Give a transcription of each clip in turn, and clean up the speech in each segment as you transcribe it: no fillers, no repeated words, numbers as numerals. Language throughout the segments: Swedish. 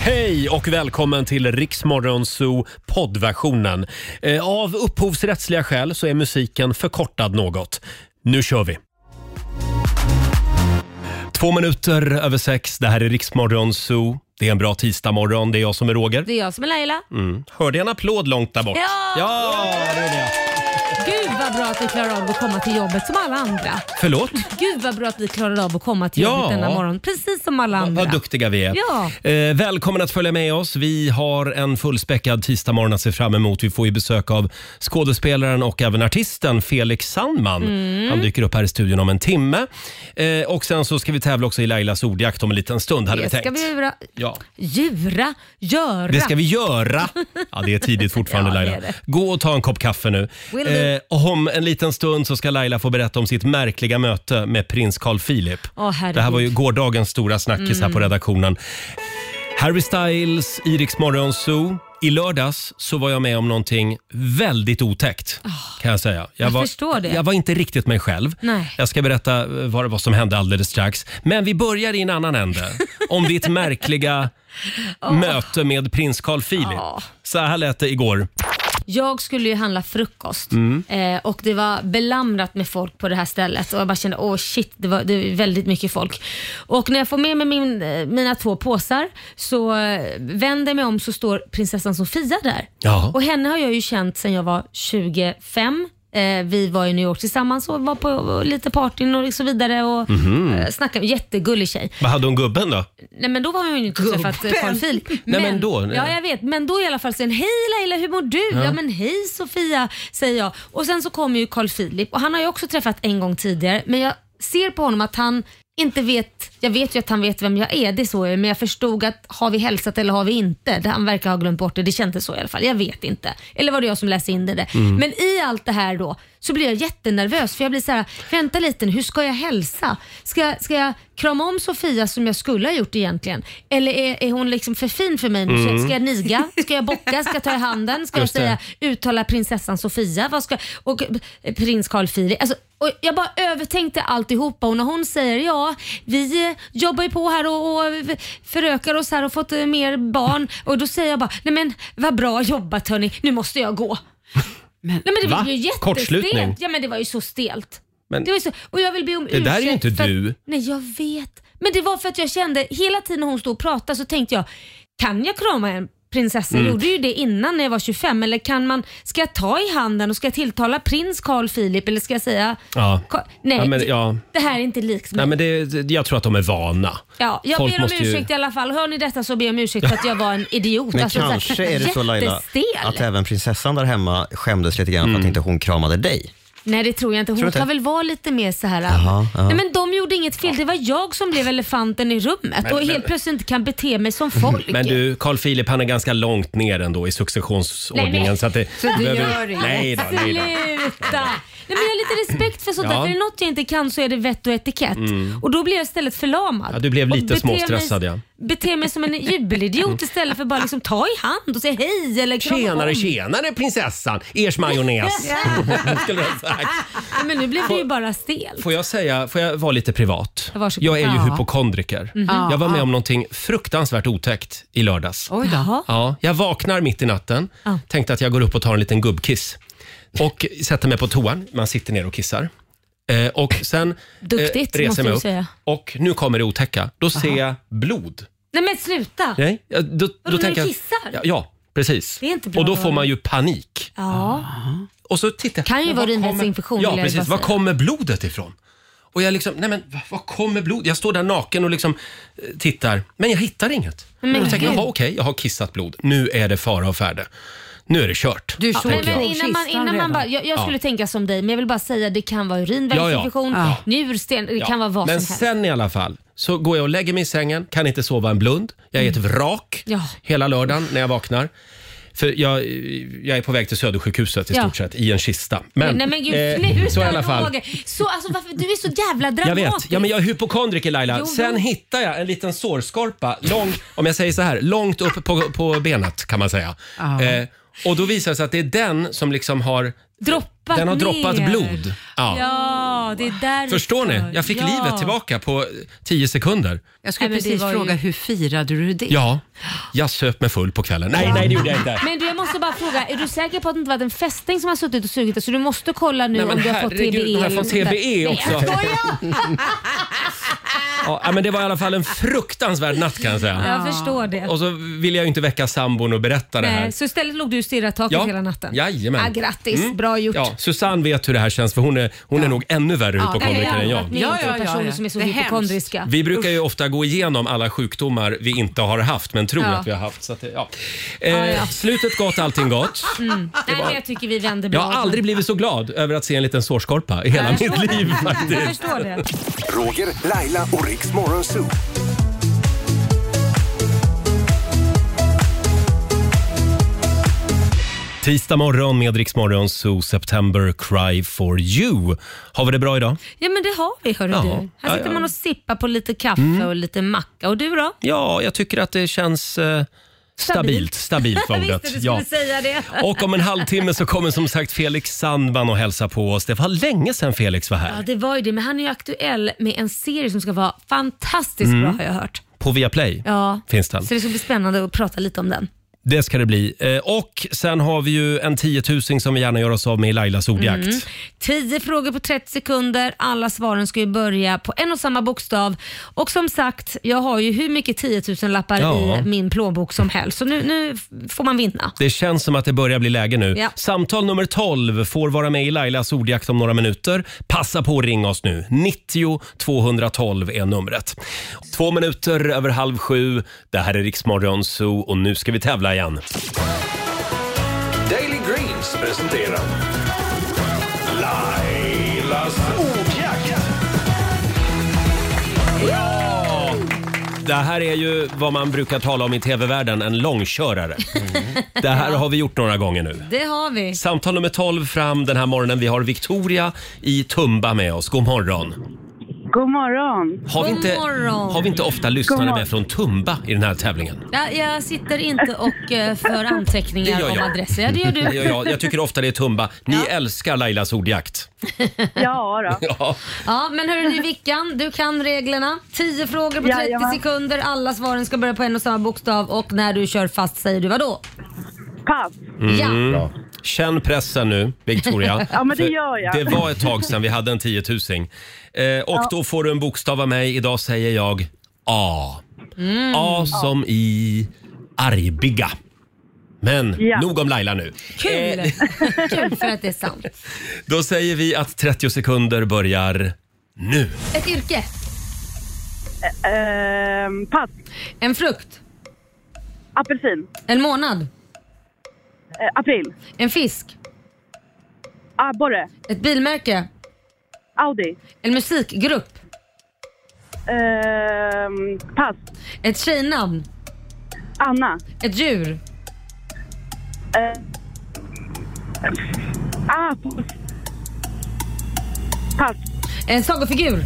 Hej och välkommen till Riksmorgon Zoo poddversionen. Av upphovsrättsliga skäl så är musiken förkortad något. Nu kör vi! 6:02. Det här är Riksmorgon Zoo. Det är en bra tisdagmorgon. Det är jag som är Roger. Det är jag som är Laila. Hörde en applåd långt där bort? Ja, det är det. Gud vad bra att vi klarar av att komma till jobbet som alla andra. Förlåt? Gud vad bra att vi klarar av att komma till jobbet denna morgon. Precis som alla andra. Vad duktiga vi är. Ja. Välkommen att följa med oss. Vi har en fullspäckad tisdagmorgon att se fram emot. Vi får ju besök av skådespelaren och även artisten Felix Sandman. Han dyker upp här i studion om en timme. Och sen så ska vi tävla också i Lailas ordjakt om en liten stund, hade vi tänkt. Det ska vi göra. Ja. Göra. Det ska vi göra. Ja, det är tidigt fortfarande, Ja, Laila. det är det. Gå och ta en kopp kaffe nu. Om en liten stund så ska Laila få berätta om sitt märkliga möte med prins Carl Philip. Det här var ju gårdagens stora snackis här på redaktionen. Harry Styles, Riks Morgon Zoo. I lördags så var jag med om någonting väldigt otäckt, kan jag säga. Jag förstår det. Jag var inte riktigt mig själv. Nej. Jag ska berätta vad som hände alldeles strax. Men vi börjar i en annan ände. Om ditt märkliga möte med prins Carl Philip. Så här lät det igår. Jag skulle ju handla frukost och det var belamrat med folk på det här stället och jag bara kände, shit, det var väldigt mycket folk. Och när jag får med mig mina 2 påsar så vänder jag mig om, så står prinsessan Sofia där. Ja. Och henne har jag ju känt sedan jag var 25. Vi var i New York tillsammans och var på lite partyn och så vidare och snackade. Jättegullig tjej. Vad hade hon gubben då? Nej, men då var vi ju inte träffat Carl Philip. Men då? Ja, jag vet. Men då i alla fall säger hej Laila, hur mår du? Ja, men hej Sofia, säger jag. Och sen så kommer ju Carl Philip och han har ju också träffat en gång tidigare. Men jag ser på honom att han inte vet. Jag vet ju att han vet vem jag är, det är så. Men jag förstod att har vi hälsat eller har vi inte? Han verkar ha glömt bort det, det kändes så i alla fall. Jag vet inte. Eller var det jag som läste in det? Men i allt det här då så blir jag jättenervös, för jag blir så här: vänta lite, hur ska jag hälsa? Ska jag krama om Sofia som jag skulle ha gjort egentligen? Eller är hon liksom för fin för mig nu? Ska jag niga? Ska jag bocka? Ska jag ta i handen? Ska jag säga uttala prinsessan Sofia? Och prins Carl Philip? Alltså, och jag bara övertänkte alltihopa, och när hon säger vi jobbar ju på här och förökar oss här och fått mer barn, och då säger jag bara, nej men vad bra jobbat hörni, nu måste jag gå. Nej, men det var ju jättestelt. Ja, men det var ju så stelt. Det var så, och jag vill be om ursäkt. Det där är ju inte du. Nej, jag vet. Men det var för att jag kände hela tiden när hon stod och pratade, så tänkte jag, kan jag krama en prinsessa? Jag gjorde ju det innan när jag var 25. Eller ska jag ta i handen och ska jag tilltala prins Carl Philip, eller ska jag säga nej, det här är inte likt mig. Nej, men jag tror att de är vana. Ja, jag Folk ber om ursäkt i alla fall. Hör ni detta så ber jag om ursäkt för att jag var en idiot. Men kanske är det så, Laila, att även prinsessan där hemma skämdes lite grann för att inte hon kramade dig. Nej, det tror jag inte. Hon kan väl vara lite mer så här. Nej, men de gjorde inget fel. Det var jag som blev elefanten i rummet och helt plötsligt inte kan bete mig som folk. Men du, Carl Philip, han är ganska långt ner ändå i successionsordningen. Nej, så att det gör det. Nej då. Sluta! Nej, men jag har lite respekt för sånt där. För det är något jag inte kan så är det vett och etikett. Och då blir jag istället förlamad. Ja, du blev lite småstressad, Bete mig som en jubelidiot istället för bara liksom ta i hand och säga hej eller krama om. Tjenare prinsessan, ers majonnäs. Skulle jag ha sagt. Men nu blev det ju bara stel. Får jag vara lite privat? Varsågod. Jag är ju hypokondriker. Jag var med om någonting fruktansvärt otäckt i lördags. Oj då. Ja, jag vaknar mitt i natten. Tänkte att jag går upp och tar en liten gubbkiss. Och sätter mig på toan. Man sitter ner och kissar. Och sen reser mig upp. Säga. Och nu kommer det otäcka. Då ser jag blod. Nej, men sluta. Nej, då tänker jag, kissar? Ja, precis. Det är inte bra. Och då får man ju panik. Ja. Och så tittar. Kan ju vara urinvägsinfektion. Ja, precis. Var kommer blodet ifrån? Och jag liksom, nej men vad kommer blod? Jag står där naken och liksom tittar. Men jag hittar inget. Men då tänker jag, okej, jag har kissat blod. Nu är det fara och färde. Nu är det kört. Men innan man bara, jag skulle tänka som dig, men jag vill bara säga det kan vara urinvägsinfektion, njursten, det kan vara vad som helst. Men sen i alla fall så går jag och lägger mig i sängen, kan inte sova en blund. Jag är ett vrak hela lördagen när jag vaknar. För jag är på väg till Södersjukhuset i stort sett i en kista. Men, nej men gud, så i alla fall. Så, alltså, du är så jävla dramatisk. Jag vet, ja, men jag är hypokondriker Laila. Sen hittar jag en liten sårskorpa, om jag säger så här, långt upp på benet kan man säga. Och då visar det sig att det är den som liksom har Den har droppat blod. Ja, det är därför. Förstår ni? Jag fick livet tillbaka på 10 sekunder. Jag skulle precis fråga, hur firade du det? Ja, jag söp mig full på kvällen. Nej, det gjorde jag inte. Men du, jag måste bara fråga, är du säker på att det inte varit en fästing som har suttit och sugit? Så du måste kolla nu om du har fått TBE. Har jag fått TBE också? Ja, men det var i alla fall en fruktansvärd natt kan jag säga. Jag förstår det. Och så vill jag ju inte väcka sambon och berätta det här. Så istället låg du och stirrade taket hela natten? Jajamän. Grattis, bra gjort. Ja, Susanne vet hur det här känns för hon är nog ännu värre hypokondriker än jag. Personer som är så hypokondriska. Vi brukar ju ofta gå igenom alla sjukdomar vi inte har haft men tror att vi har haft. Så att slutet gott, allting gott. Nej, men jag tycker vi vänder bra. Jag har aldrig blivit så glad över att se en liten sårskorpa i hela mitt liv faktiskt. Jag förstår det. Roger, Laila och Riks Morgonzoo. Tisdag morgon med Riks Morgonzoo, September Cry for You. Har vi det bra idag? Ja, men det har vi, hörru du. Här sitter man och sippar på lite kaffe och lite macka. Och du då? Ja, jag tycker att det känns stabilt var ordet. Jag visste du skulle säga det. Och om en halvtimme så kommer som sagt Felix Sandman och hälsa på oss. Det var länge sedan Felix var här. Ja, det var ju det. Men han är ju aktuell med en serie som ska vara fantastiskt bra, har jag hört. På Viaplay finns den. Så det ska bli spännande att prata lite om den. Det ska det bli. Och sen har vi ju en 10-000 som vi gärna gör oss av med i Lailas ordjakt. 10 frågor på 30 sekunder. Alla svaren ska ju börja på en och samma bokstav. Och som sagt, jag har ju hur mycket 10 000 lappar i min plånbok som helst. Så nu får man vinna. Det känns som att det börjar bli läge nu. Ja. Samtal nummer 12 får vara med i Lailas ordjakt om några minuter. Passa på att ringa oss nu. 90 212 är numret. 2 minuter över 6:30. Det här är Riks Morgonzoo och nu ska vi tävla igen. Daily Greens presenterar Lailas ordjakt. Ja! Det här är ju vad man brukar tala om i tv-världen, en långkörare. Det här har vi gjort några gånger nu. Det har vi. Samtal nummer 12 fram den här morgonen. Vi har Victoria i Tumba med oss. God morgon. God morgon. Har vi inte ofta lyssnare med från Tumba i den här tävlingen? Ja, jag sitter inte och för anteckningar om adresser. Ja, det gör du. Jag tycker ofta det är Tumba. Ni älskar Lailas ordjakt. Ja då. Ja, men hörru du Vickan, du kan reglerna. 10 frågor på 30 sekunder. Alla svaren ska börja på en och samma bokstav. Och när du kör fast säger du vad då? Pass. Ja. Känn pressen nu, Victoria. Ja, men det gör jag. Det var ett tag sedan vi hade en 10 000. Och då får du en bokstav av mig. Idag säger jag A. A som i Arbiga. Men nog om Laila nu. Kul! Kul för att det är sant. Då säger vi att 30 sekunder börjar nu. Ett yrke. Pass. En frukt. Apelsin. En månad. April. En fisk. Abborre. Ett bilmärke. Audi. En musikgrupp. Pass. Ett tjejnamn. Anna. Ett djur. Pass. En sagofigur.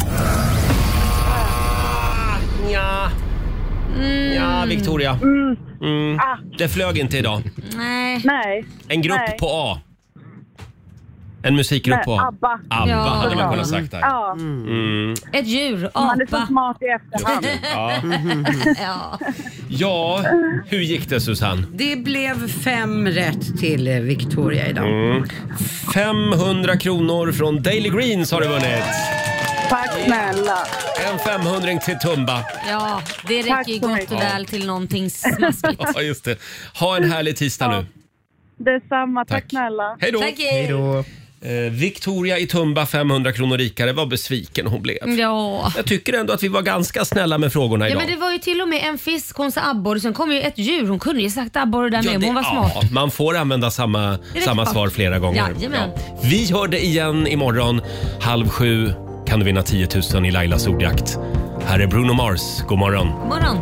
Ja, Victoria. Det flög inte idag. Nej. En grupp på A. En musikgrupp på A. ABBA. Hade man kunnat sagt där. Ja. Ett djur. Apa. Man är så smart i efterhand. Ja, hur gick det Susanne? Det blev 5 rätt till Victoria idag. 500 kronor från Daily Greens har du vunnit. Tack snälla. En 500 till Tumba. Ja, det räcker ju gott och väl till någonting smaskigt. Ja, just det. Ha en härlig tisdag nu. Detsamma, tack snälla. Hej då. Hej då. Victoria i Tumba, 500 kronor rikare. Vad besviken hon blev. Ja. Jag tycker ändå att vi var ganska snälla med frågorna idag. Ja, men det var ju till och med en fisk, hon sa abborre. Sen kom ju ett djur, hon kunde ju sagt abborre där med. Hon var smart. Ja, man får använda samma svar flera gånger. Jajamän. Vi gör det igen imorgon. 6:30 kan du vinna 10 000 i Lailas ordjakt. Här är Bruno Mars. God morgon. God morgon.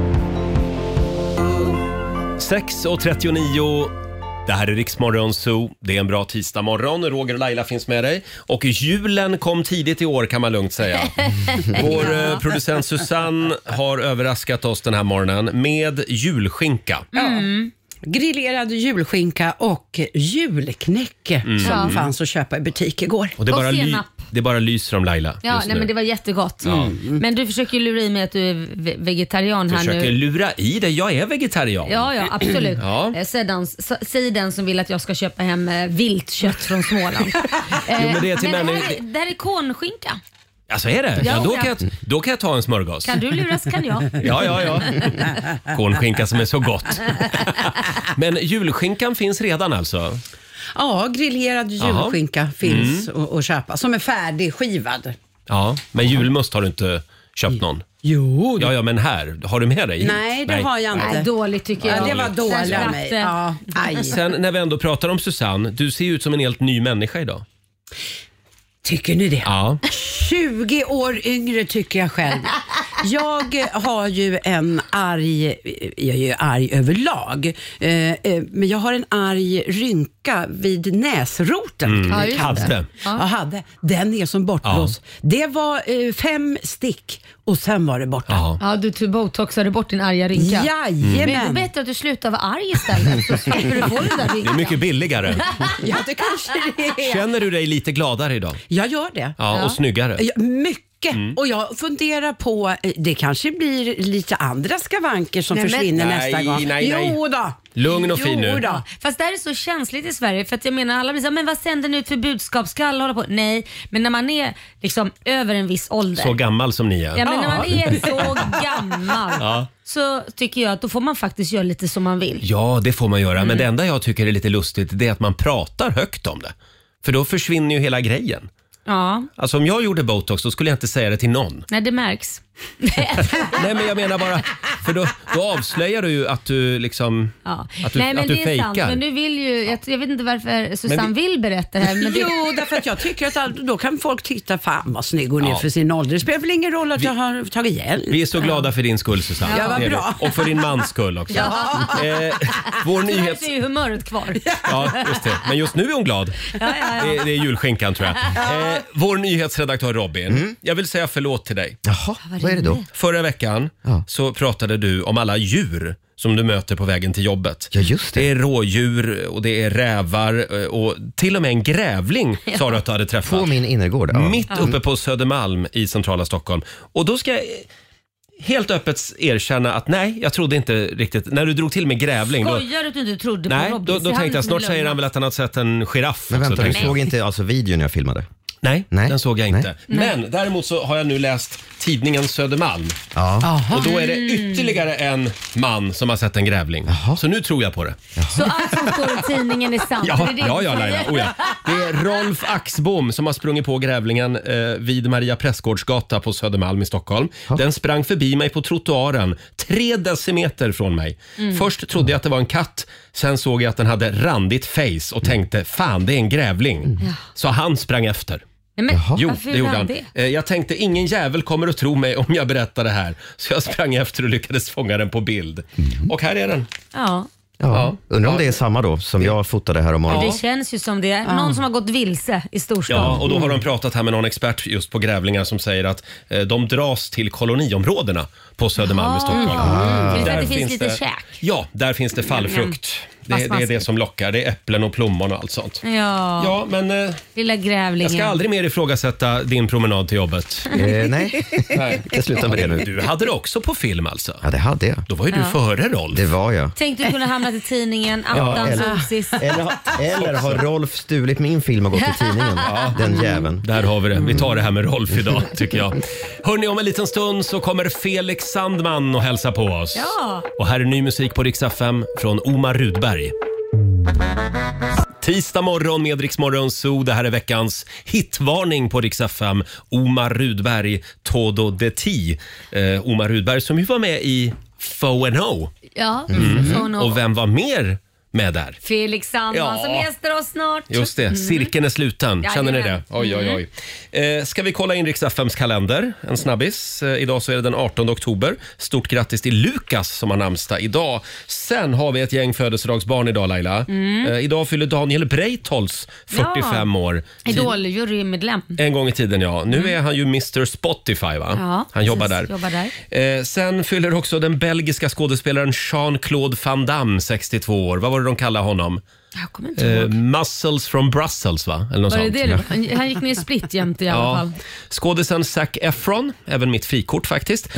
6:39. Det här är Riks Morgonzoo. Det är en bra tisdag morgon. Roger och Laila finns med dig. Och julen kom tidigt i år kan man lugnt säga. Vår producent Susanne har överraskat oss den här morgonen med julskinka. Grillerad julskinka och julknäcke som fanns att köpa i butik igår. Och det bara lyser om Laila just nu. Men det var jättegott. Men du försöker lura i mig att du är vegetarian här nu. Försöker lura i dig, jag är vegetarian. Ja, absolut. Säg den som vill att jag ska köpa hem viltkött från Småland. Men det här är kornskinka. Alltså är det? Ja, då kan jag ta en smörgås. Kan du luras kan jag. Ja. Kornskinka som är så gott. Men julskinkan finns redan alltså? Ja, grillerad julskinka finns att köpa som är färdigskivad. Ja, men julmust har du inte köpt någon? Jo. Ja, men här, har du med dig? Nej, det har jag inte. Nej, dåligt tycker jag. Ja, det var dåligt av mig. Ja. Sen när vi ändå pratar om Susanne, du ser ut som en helt ny människa idag. Tycker ni det? Ja. 20 år yngre tycker jag själv. Jag har ju jag är ju arg överlag. Men jag har en arg rynka vid näsroten. Hade. Den är som bortblåst. Det var 5 stick och sen var det borta. Ja, du botoxade bort din arga rynka. Jajamän. Men det är bättre att du slutar vara arg istället. Så slipper du få den där rynkan. Det är mycket billigare. Ja, det kanske det är. Känner du dig lite gladare idag? Jag gör det. Ja, och snyggare. Mycket. Och jag funderar på, det kanske blir lite andra skavanker som försvinner nästa gång. Nej. Jo då. Lugn och fin nu. Fast det här är så känsligt i Sverige för att jag menar alla blir så, men vad sänder ni ut för budskap? Ska alla hålla på? Nej, men när man är liksom över en viss ålder. Så gammal som ni är. Ja, men när man är så gammal så tycker jag att då får man faktiskt göra lite som man vill. Ja, det får man göra. Men det enda jag tycker är lite lustigt, det är att man pratar högt om det. För då försvinner ju hela grejen. Ja. Alltså om jag gjorde botox så skulle jag inte säga det till någon. Nej, det märks. Nej, men jag menar bara, för då avslöjar du ju att du liksom att du, nej, men att du det är fejkar. sant, men du vill ju, jag vet inte varför Susanne vill berätta det här. Men Jo, därför att jag tycker att då kan folk titta, fan vad snygg hon är för sin ålder. Det spelar väl ingen roll att jag har tagit hjälp. Vi är så glada för din skull, Susanne. Ja, vad bra. Och för din mans skull också. Vår nyhet... är ju humöret kvar. Ja, just det. Men just nu är hon glad. Det är julskinkan, tror jag. Vår nyhetsredaktör Robin, jag vill säga förlåt till dig. Jaha, vad är det då? Förra veckan så pratade du om alla djur som du möter på vägen till jobbet. Ja, just det. Det är rådjur och det är rävar och till och med en grävling sa du att du hade träffat. På min innergård. Mitt uppe på Södermalm i centrala Stockholm. Och då ska jag helt öppet erkänna att nej, jag trodde inte riktigt. När du drog till med grävling. Skojar du att du inte trodde på Robin? Då tänkte jag, snart säger han väl att han har sett en giraff. Men vänta, du såg inte alltså videon jag filmade? Nej, den såg jag inte. Men däremot så har jag nu läst tidningen Södermalm. Ja. Och då är det ytterligare en man som har sett en grävling. Så nu tror jag på det. Så allt som står i tidningen är sant? Ja, Laila. Det är Rolf Axbom som har sprungit på grävlingen vid Maria Prästgårdsgata på Södermalm i Stockholm. Den sprang förbi mig på trottoaren 3 decimeter från mig. Först trodde jag att det var en katt. Sen såg jag att den hade randigt face och tänkte, fan, det är en grävling. Så han sprang efter. Men, jo, det gjorde han. Jag tänkte, ingen jävel kommer att tro mig om jag berättar det här. Så jag sprang efter och lyckades fånga den på bild. Och här är den. Ja. Undrar om det är samma då som jag fotade här om morgonen. Det känns ju som det är någon som har gått vilse i storstan. Ja, och då har de pratat här med någon expert just på grävlingar som säger att de dras till koloniområdena på Södermalm i Stockholm. Där det finns lite käk. Ja, där finns det fallfrukt. Det är det som lockar. Det är äpplen och plommon och allt sånt. Ja, men lilla grävlingen. Jag ska aldrig mer ifrågasätta din promenad till jobbet. Nej, jag slutar med det nu. Du hade det också på film alltså? Ja, det hade jag. Då var ju du före Rolf. Det var jag. Tänkte du kunna hamna i tidningen Osis. Eller har Rolf stulit min film och gått till tidningen? Den jäveln. Där har vi det. Vi tar det här med Rolf idag, tycker jag. Hörrni, om en liten stund så kommer Felix Sandman och hälsa på oss. Ja. Och här är ny musik på Rix FM från Omar Rudberg. Tisdag morgon med Rix Morgon Zoo. Det här är veckans hitvarning på Rix FM. Omar Rudberg, Todo de Ti. Omar Rudberg som ju var med i Fo&O. Ja, Och vem var mer med där. Felix Sandman som gäster oss snart. Just det, cirkeln är sluten. Känner ni det? Oj. Ska vi kolla in Rix FMs kalender? En snabbis. Idag så är det den 18 oktober. Stort grattis till Lukas som har namnsdag idag. Sen har vi ett gäng födelsedagsbarn idag, Laila. Idag fyller Daniel Breitholtz 45 år. Idol-jurymedlem. En gång i tiden, ja. Nu är han ju Mr. Spotify, va? Ja, han jobbar där. Sen fyller också den belgiska skådespelaren Jean-Claude Van Damme 62 år. Vad var det de kallade honom? Jag kommer inte ihåg. Muscles from Brussels, va? Eller något var sånt. Det? Han gick ner split jämt i alla fall. Skådisen Zac Efron, även mitt frikort faktiskt.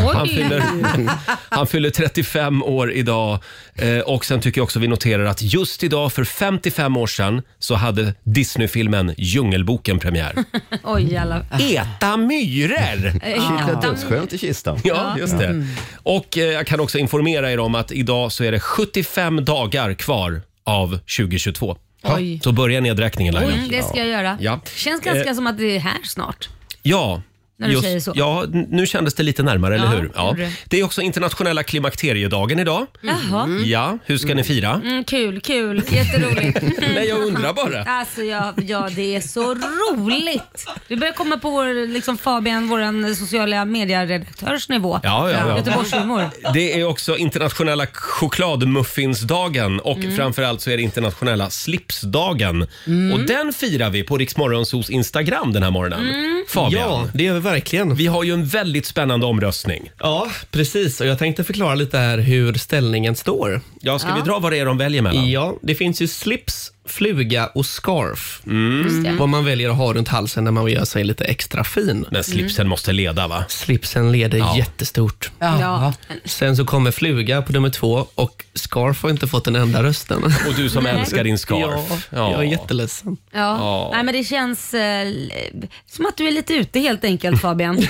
Han fyller 35 år idag. Och sen tycker jag också vi noterar att just idag för 55 år sedan så hade Disney-filmen Djungelboken premiär. Oj, alla. Äta myror! Kittla dödsskönt i kistan. Ja, just det. Och jag kan också informera er om att idag så är det 75 dagar kvar av 2022. Oj. Så börjar nedräkningen, Laila. Det ska jag göra. Ja. Känns ganska som att det är här snart. Ja. När du säger så. Ja, nu kändes det lite närmare, eller hur? Ja. Det. Det är också internationella klimakteriedagen idag. Jaha. Ja, hur ska ni fira? Kul. Jätteroligt. Nej, jag undrar bara. Alltså, ja, det är så roligt. Vi börjar komma på vår, Fabian, vår sociala medieredaktörsnivå. Ja. Göteborgshumor. Det är också internationella chokladmuffinsdagen och framförallt så är det internationella slipsdagen. Och den firar vi på Rix Morgonzos Instagram den här morgonen. Fabian. Ja, det gör vi verkligen. Vi har ju en väldigt spännande omröstning. Ja, precis. Och jag tänkte förklara lite här hur ställningen står. Ja, ska vi dra vad det är de väljer mellan? Ja, det finns ju slips, fluga och scarf. Vad man väljer att ha runt halsen när man vill göra sig lite extra fin. Men slipsen måste leda, va? Slipsen leder jättestort. Ja. Sen så kommer fluga på nummer 2 och scarf har inte fått en enda rösten. Och du som älskar din scarf. Ja, jag är jätteledsen. Ja. Nej, men det känns som att du är lite ute helt enkelt, Fabian.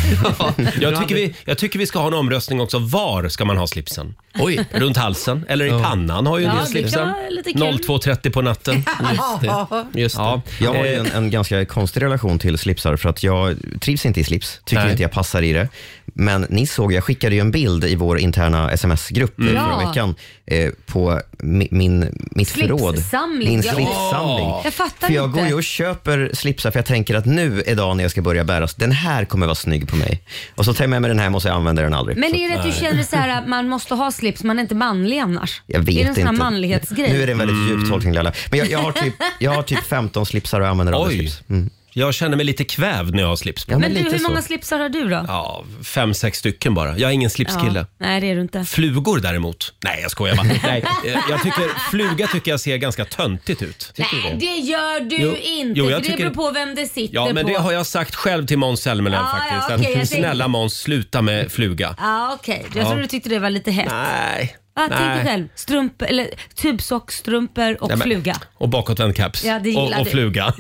Jag tycker vi ska ha en omröstning också. Var ska man ha slipsen? Oj. Runt halsen eller i pannan har ju en del slipsen. 02:30 på natten. Just det. Ja. Jag har ju en ganska konstig relation till slipsar för att jag trivs inte i slips. Tycker inte jag passar i det. Men ni såg, jag skickade ju en bild i vår interna sms-grupp förra veckan på mitt förråd. Min slipssamling. Jag fattar för jag inte. går ju och köper slipsar för jag tänker att nu är dagen när jag ska börja bäras. Den här kommer vara snygg på mig. Och så tar jag med mig den här hem och så använder den aldrig. Men är det att du känner så här att man måste ha slips, man är inte manlig annars? Jag vet är det en sån här inte. manlighetsgrej? Nu är det en väldigt djup tolkning, Lalla. Men jag har typ 15 slipsar och använder aldrig slips. Jag känner mig lite kvävd när jag har slips på. Ja, men du, hur många slipsar har du då? Ja, 5-6 stycken bara. Jag är ingen slipskille. Ja. Nej, det är du inte. Flugor däremot. Nej, jag skojar bara. Nej, fluga tycker jag ser ganska töntigt ut. Nej, det gör du inte. Jo, för det beror på vem det sitter på. Ja, men det har jag sagt själv till Måns Zelmerlöw faktiskt. Okay, snälla Måns, sluta med fluga. Ja, okej. Jag tror du tyckte det var lite hett. Nej. Tänk dig själv. Strumpor, eller tubsockstrumpor och fluga. Och bakåtvänd caps. Ja, och fluga.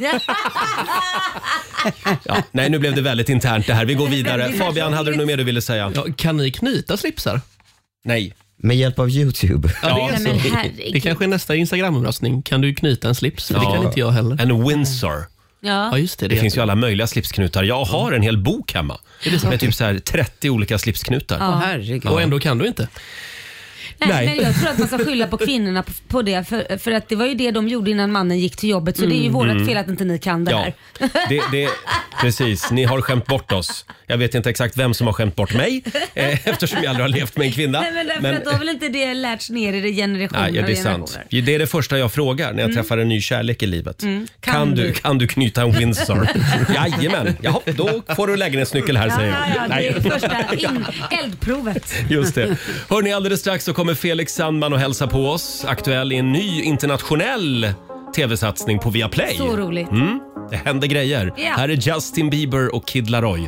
Nej, nu blev det väldigt internt det här. Vi går vidare. Fabian, hade du något mer du ville säga? Ja, kan ni knyta slipsar? Nej. Med hjälp av YouTube. Det kanske är nästa Instagram-omröstning. Kan du knyta en slips? För det kan inte jag heller. En Windsor. Ja, just det. Det finns ju alla möjliga slipsknutar. Jag har en hel bok hemma. Med typ så här 30 olika slipsknutar. Herregud. Och ändå kan du inte. Nej, men jag tror att man ska skylla på kvinnorna på det. För att det var ju det de gjorde innan mannen gick till jobbet. Så det är ju vårt fel att inte ni kan det här. Precis, ni har skämt bort oss. Jag vet inte exakt vem som har skämt bort mig. Eftersom jag aldrig har levt med en kvinna. Nej, men att då har väl inte det lärts ner i det generationer. Nej, det är sant. Det är det första jag frågar när jag träffar en ny kärlek i livet. Kan du knyta en Windsor? Jajamän. Jaha, då får du lägenhetsnyckel här, säger jag. Ja, det är första eldprovet. Just det. Hörrni, alldeles strax så kommer Felix Sandman och hälsa på oss. Aktuell i en ny internationell tv-satsning på Viaplay. Så roligt. Det händer grejer. Ja. Här är Justin Bieber och Kid Laroi.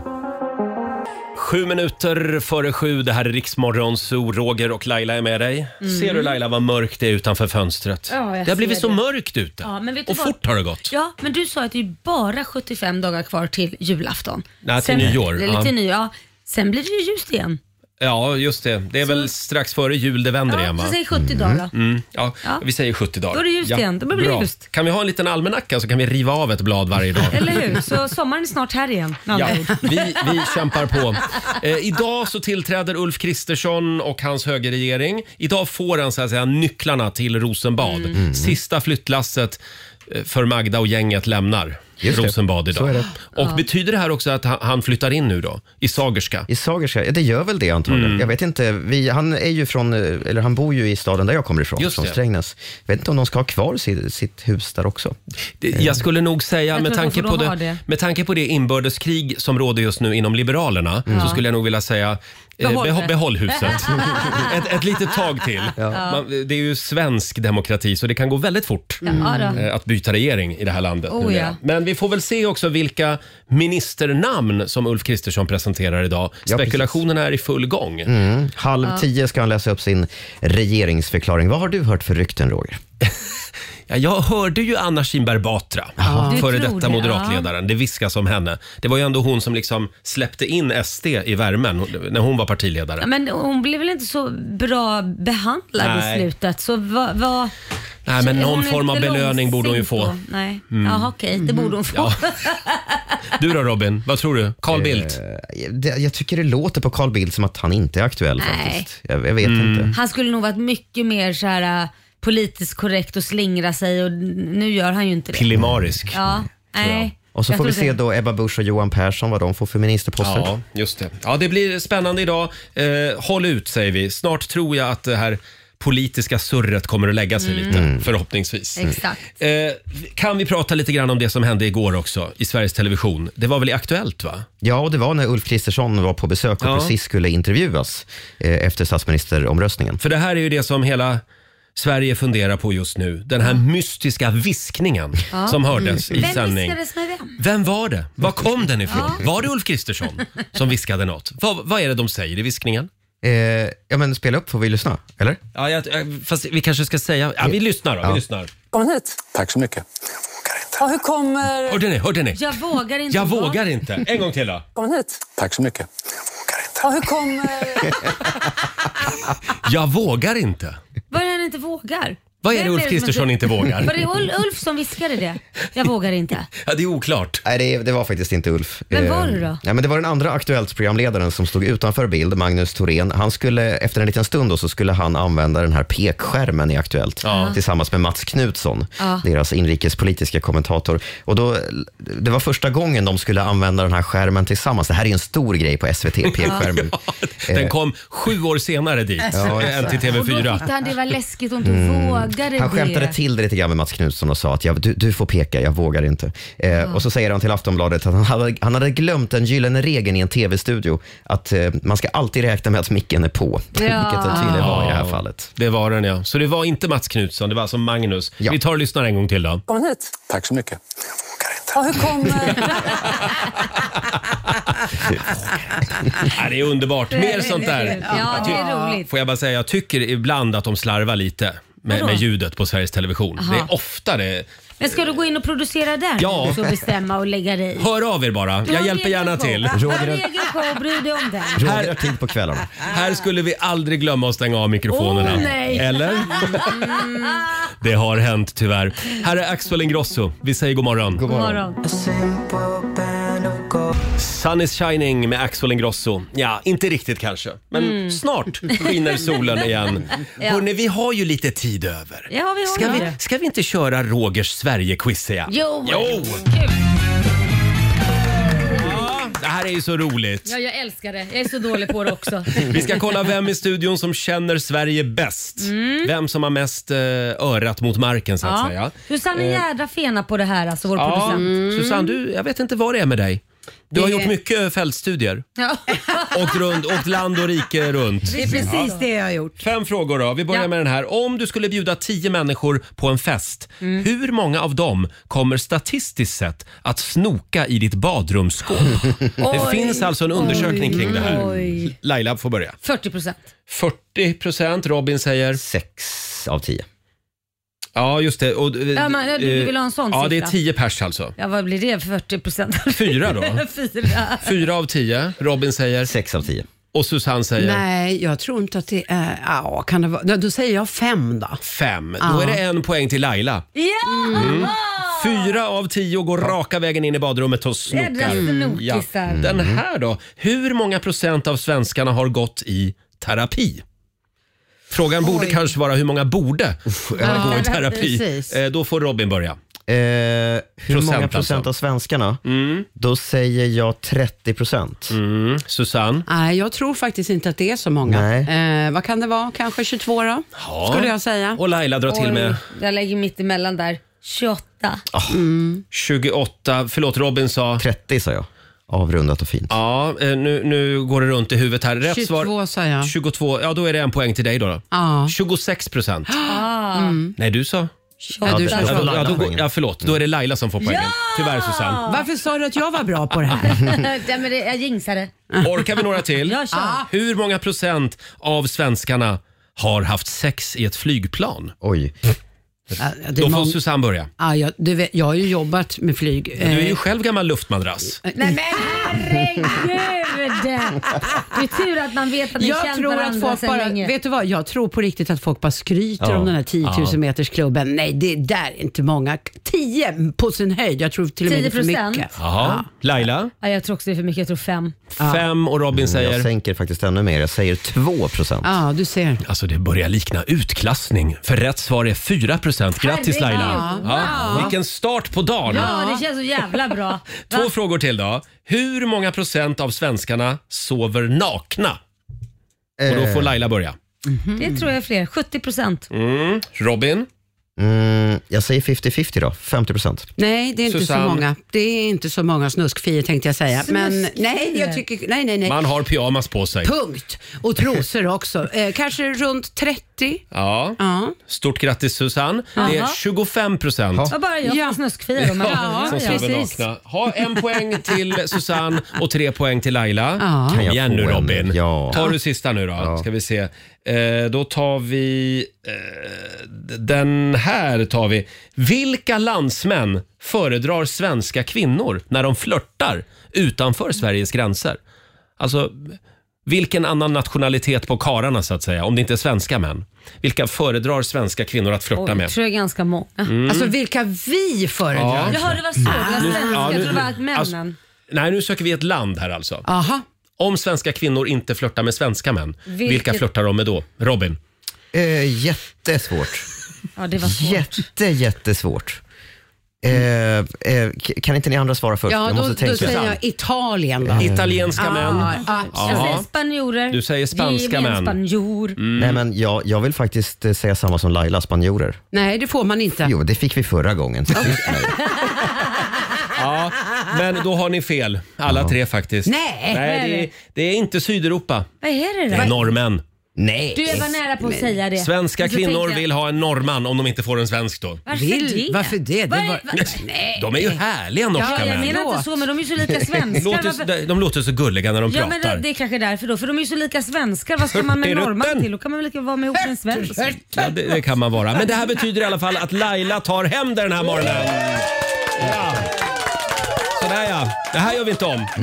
7:07. Det här är Rix Morgonzoo. Roger och Laila är med dig. Ser du, Laila, vad mörkt det är utanför fönstret? Ja, det har blivit så mörkt ute. Ja, men vet du och vad? fort har det gått. Ja, men du sa att det är bara 75 dagar kvar till julafton. Nej, till nyår. Eller till nyår. Sen blir det ju ljust igen. Ja, just det. Det är väl strax före jul det vänder igen, va? Så säg 70 dagar då. Ja, vi säger 70 dagar. Då är det ljust igen. Då blir det ljust. Kan vi ha en liten almanacka så kan vi riva av ett blad varje dag. Eller hur? Så sommaren är snart här igen. Ja, vi kämpar på. Idag så tillträder Ulf Kristersson och hans högerregering. Idag får han så att säga nycklarna till Rosenbad. Sista flyttlasset för Magda och gänget lämnar Rosenbad idag. Så är det. Och betyder det här också att han flyttar in nu då? I Sagerska? I Sagerska? Det gör väl det antagligen. Jag vet inte. Han är ju han bor ju i staden där jag kommer ifrån, från Strängnäs. Jag vet inte om de ska ha kvar sitt hus där också. Jag skulle nog säga, med tanke på det inbördeskrig som råder just nu inom Liberalerna, så skulle jag nog vilja säga behåll huset. ett litet tag till. Det är ju svensk demokrati, så det kan gå väldigt fort att byta regering i det här landet. Men vi får väl se också vilka ministernamn som Ulf Kristersson presenterar idag. Spekulationerna är i full gång. 9:30 ska han läsa upp sin regeringsförklaring. Vad har du hört för rykten, Roger? Jag hörde ju Anna Kinberg Batra, före detta moderatledaren. Det viskas om henne. Det var ju ändå hon som liksom släppte in SD i värmen när hon var partiledare. Ja, men hon blev väl inte så bra behandlad i slutet. Så Nej, men någon form av belöning borde hon ju få. Nej, okej, det borde hon få. Ja. Du då, Robin, vad tror du? Carl Bildt? Jag tycker det låter på Carl Bildt som att han inte är aktuell faktiskt. Jag vet inte. Han skulle nog varit mycket mer så här politiskt korrekt och slingra sig, och nu gör han ju inte det. Pillemarisk. Ja, nej. Och så får vi se då Ebba Busch och Johan Persson vad de får för ministerposter. Ja, just det. Ja, det blir spännande idag. Håll ut, säger vi. Snart tror jag att det här politiska surret kommer att lägga sig lite, förhoppningsvis. Exakt. Kan vi prata lite grann om det som hände igår också i Sveriges Television? Det var väl i Aktuellt, va? Ja, och det var när Ulf Kristersson var på besök och precis skulle intervjuas efter statsministeromröstningen. För det här är ju det som hela Sverige funderar på just nu. Den här mystiska viskningen som hördes i sändning. Vem viskades med vem? Vem var det? Var kom den ifrån? Var det Ulf Kristersson som viskade något? Vad är det de säger i viskningen? Ja, men spela upp, får vi lyssna, eller? Ja, fast vi kanske ska säga... Ja, vi lyssnar då, vi lyssnar. Kom hit. Tack så mycket. Ja, hur kommer... Hörde ni? Jag vågar inte. Jag vågar inte. En gång till då. Kom hit. Tack så mycket. Ja, hur kommer... Jag vågar inte. Vad är det han inte vågar? Vad är det Ulf Kristersson inte vågar? Var det Ulf som viskade det? Jag vågar inte. Ja, det är oklart. Nej, det var faktiskt inte Ulf. Vem var det då? Ja, men det var den andra Aktuellt-programledaren som stod utanför bild, Magnus Thorén. Han skulle, efter en liten stund då, så skulle han använda den här pekskärmen i Aktuellt tillsammans med Mats Knutsson, deras inrikespolitiska kommentator. Och då, det var första gången de skulle använda den här skärmen tillsammans. Det här är en stor grej på SVT, pekskärmen. Den kom 7 år senare dit, än till TV4. Och då tyckte han det var läskigt och inte vågade. Han skämtade till det lite grann med Mats Knutsson och sa att du får peka, jag vågar inte. Och så säger han till Aftonbladet att han hade glömt den gyllene regeln i en tv-studio att man ska alltid räkna med att micken är på. Vilket det tydligen var i det här fallet. Det var den, ja. Så det var inte Mats Knutsson, det var alltså Magnus. Vi tar och lyssnar en gång till då. Kom hit. Tack så mycket. Ja, hur kommer... Ja, det är underbart. Mer sånt där. Ja, det är roligt. Får jag bara säga, jag tycker ibland att de slarvar lite med ljudet på Sveriges Television. Det är ofta det. Men ska du gå in och producera där? Ja. Så bestämma och lägga dig i? Hör av er bara. Jag hjälper gärna till. Roger show, bry dig om den. Roger har tid på kvällarna. Här skulle vi aldrig glömma att stänga av mikrofonerna. Nej. Eller? Det har hänt tyvärr. Här är Axel Ingrosso. Vi säger god morgon. God morgon. Sun is shining med Axel Ingrosso. Ja, inte riktigt kanske. Men snart skiner solen igen. Hörrni, vi har ju lite tid över. Ja, vi har det. Ska vi inte köra Rogers Sverige-quiz igen? Jo. Kul. Det här är ju så roligt. Ja, jag älskar det. Jag är så dålig på det också. Vi ska kolla vem i studion som känner Sverige bäst. Vem som har mest örat mot marken, så att säga. Susanne är jädra fena på det här, alltså vår producent. Susanne, jag vet inte vad det är med dig. Du har gjort mycket fältstudier. Ja. Åkt land och rike runt. Det är precis det jag har gjort. 5 frågor då. Vi börjar med den här. Om du skulle bjuda 10 människor på en fest, hur många av dem kommer statistiskt sett att snoka i ditt badrumsskåp? Det finns alltså en undersökning kring det här. Laila får börja. 40%. 40%. Robin säger 6 av 10. Ja, just det. Och, du vill ha en sån siffra? Ja, det är 10 pers alltså. Ja, vad blir det för 40%? 4 då? 4 av 10. Robin säger 6 av 10. Och Susanne säger? Nej, jag tror inte att det är... Ja, kan det vara... Då säger jag 5 då. 5. Då är det 1 poäng till Laila. Ja! 4 av 10 går raka vägen in i badrummet och snokar. Ja. Den här då? Hur många procent av svenskarna har gått i terapi? Frågan borde kanske vara hur många borde gå i terapi. Då får Robin börja. Hur många procent av svenskarna? Då säger jag 30%. Susanne? Nej, jag tror faktiskt inte att det är så många. Vad kan det vara? Kanske 22 då? Ja. Skulle jag säga. Och Laila drar till med? Jag lägger mitt emellan där. 28. 28. Förlåt, Robin sa? 30 sa jag. Avrundat och fint. Ja, nu går det runt i huvudet här. Rätt 22 svar, sa jag. 22, ja då är det 1 poäng till dig då. 26%. Nej, du sa? Förlåt, då är det Laila som får poängen. Tyvärr, Susanne. Varför sa du att jag var bra på det här? Jag jinxade. Orkar vi några till? Hur många procent av svenskarna har haft sex i ett flygplan? Oj. Då får Susanne börja. Jag har ju jobbat med flyg. Du är ju själv gammal luftmadrass. Nej men herregud! Det är tur att man vet att ni känner varandra sedan länge. Vet du vad, jag tror på riktigt att folk bara skryter om den här 10 000 meters klubben. Nej, det där är inte många. 10 på sin höjd. Jag tror till och med det är för mycket. Jaha. Laila? Ja, jag tror också det är för mycket. Jag tror 5. 5 och Robin säger? Jag sänker faktiskt ännu mer. Jag säger 2%. Ja, du ser. Alltså det börjar likna utklassning. För rätt svar är 4%. Grattis Laila. Vilken start på dagen. Ja, det känns så jävla bra. 2 frågor till då. Hur många procent av svenskarna sover nakna? Och då får Laila börja. Det tror jag är fler. 70%. Robin? Jag säger 50-50 då. 50%. Nej, det är inte Susanne. så många. Det är inte så många snuskfier tänkte jag säga. Men nej, jag tycker... Nej. Man har pyjamas på sig. Punkt. Och trosor också. Kanske runt 30. Ja. Stort grattis Susanne. Det är 25%. Vad bara jag får snuskfia då. Som sover nakna. Ha 1 poäng till Susanne och 3 poäng till Laila. Kom igen nu Robin. Tar du sista nu då? Ska vi se. Då tar vi den här tar vi. Vilka landsmän föredrar svenska kvinnor när de flörtar utanför Sveriges gränser? Alltså, vilken annan nationalitet på kararna så att säga, om det inte är svenska män? Vilka föredrar svenska kvinnor att flörta med? Jag tror jag är ganska många. Alltså vilka vi föredrar. Jag hörde det var så. Jag tror det var att männen. Alltså, nej, nu söker vi ett land här alltså. Aha. Om svenska kvinnor inte flörtar med svenska män, vilka flörtar de med då? Robin? Jättesvårt. Ja, det var svårt. Jättesvårt. Kan inte ni andra svara först? Ja, då säger jag Italien då. Italienska män. Jag säger spanjorer. Du säger spanska män. Spanjor. Nej, men jag vill faktiskt säga samma som Laila, spanjorer. Nej, det får man inte. Jo, det fick vi förra gången. Ja, men då har ni fel. Alla 3 faktiskt. Nej, det är inte Sydeuropa. Vad är det då? Det är norrmän. Nej. Du var nära på att säga det. Svenska kvinnor vill ha en norrman om de inte får en svensk då. Varför det? Nej. De är ju härliga norska män. Jag menar inte så, men de är ju så lika svenskar. De låter så gulliga när de pratar. Men det är kanske därför då, för de är ju så lika svenskar. Vad ska man med norrman till? Då kan man väl lika vara med ihop med en svensk. Ja, det kan man vara. Men det här betyder i alla fall att Laila tar hem den här morgonen. Ja. Sådär ja, det här gör vi inte om.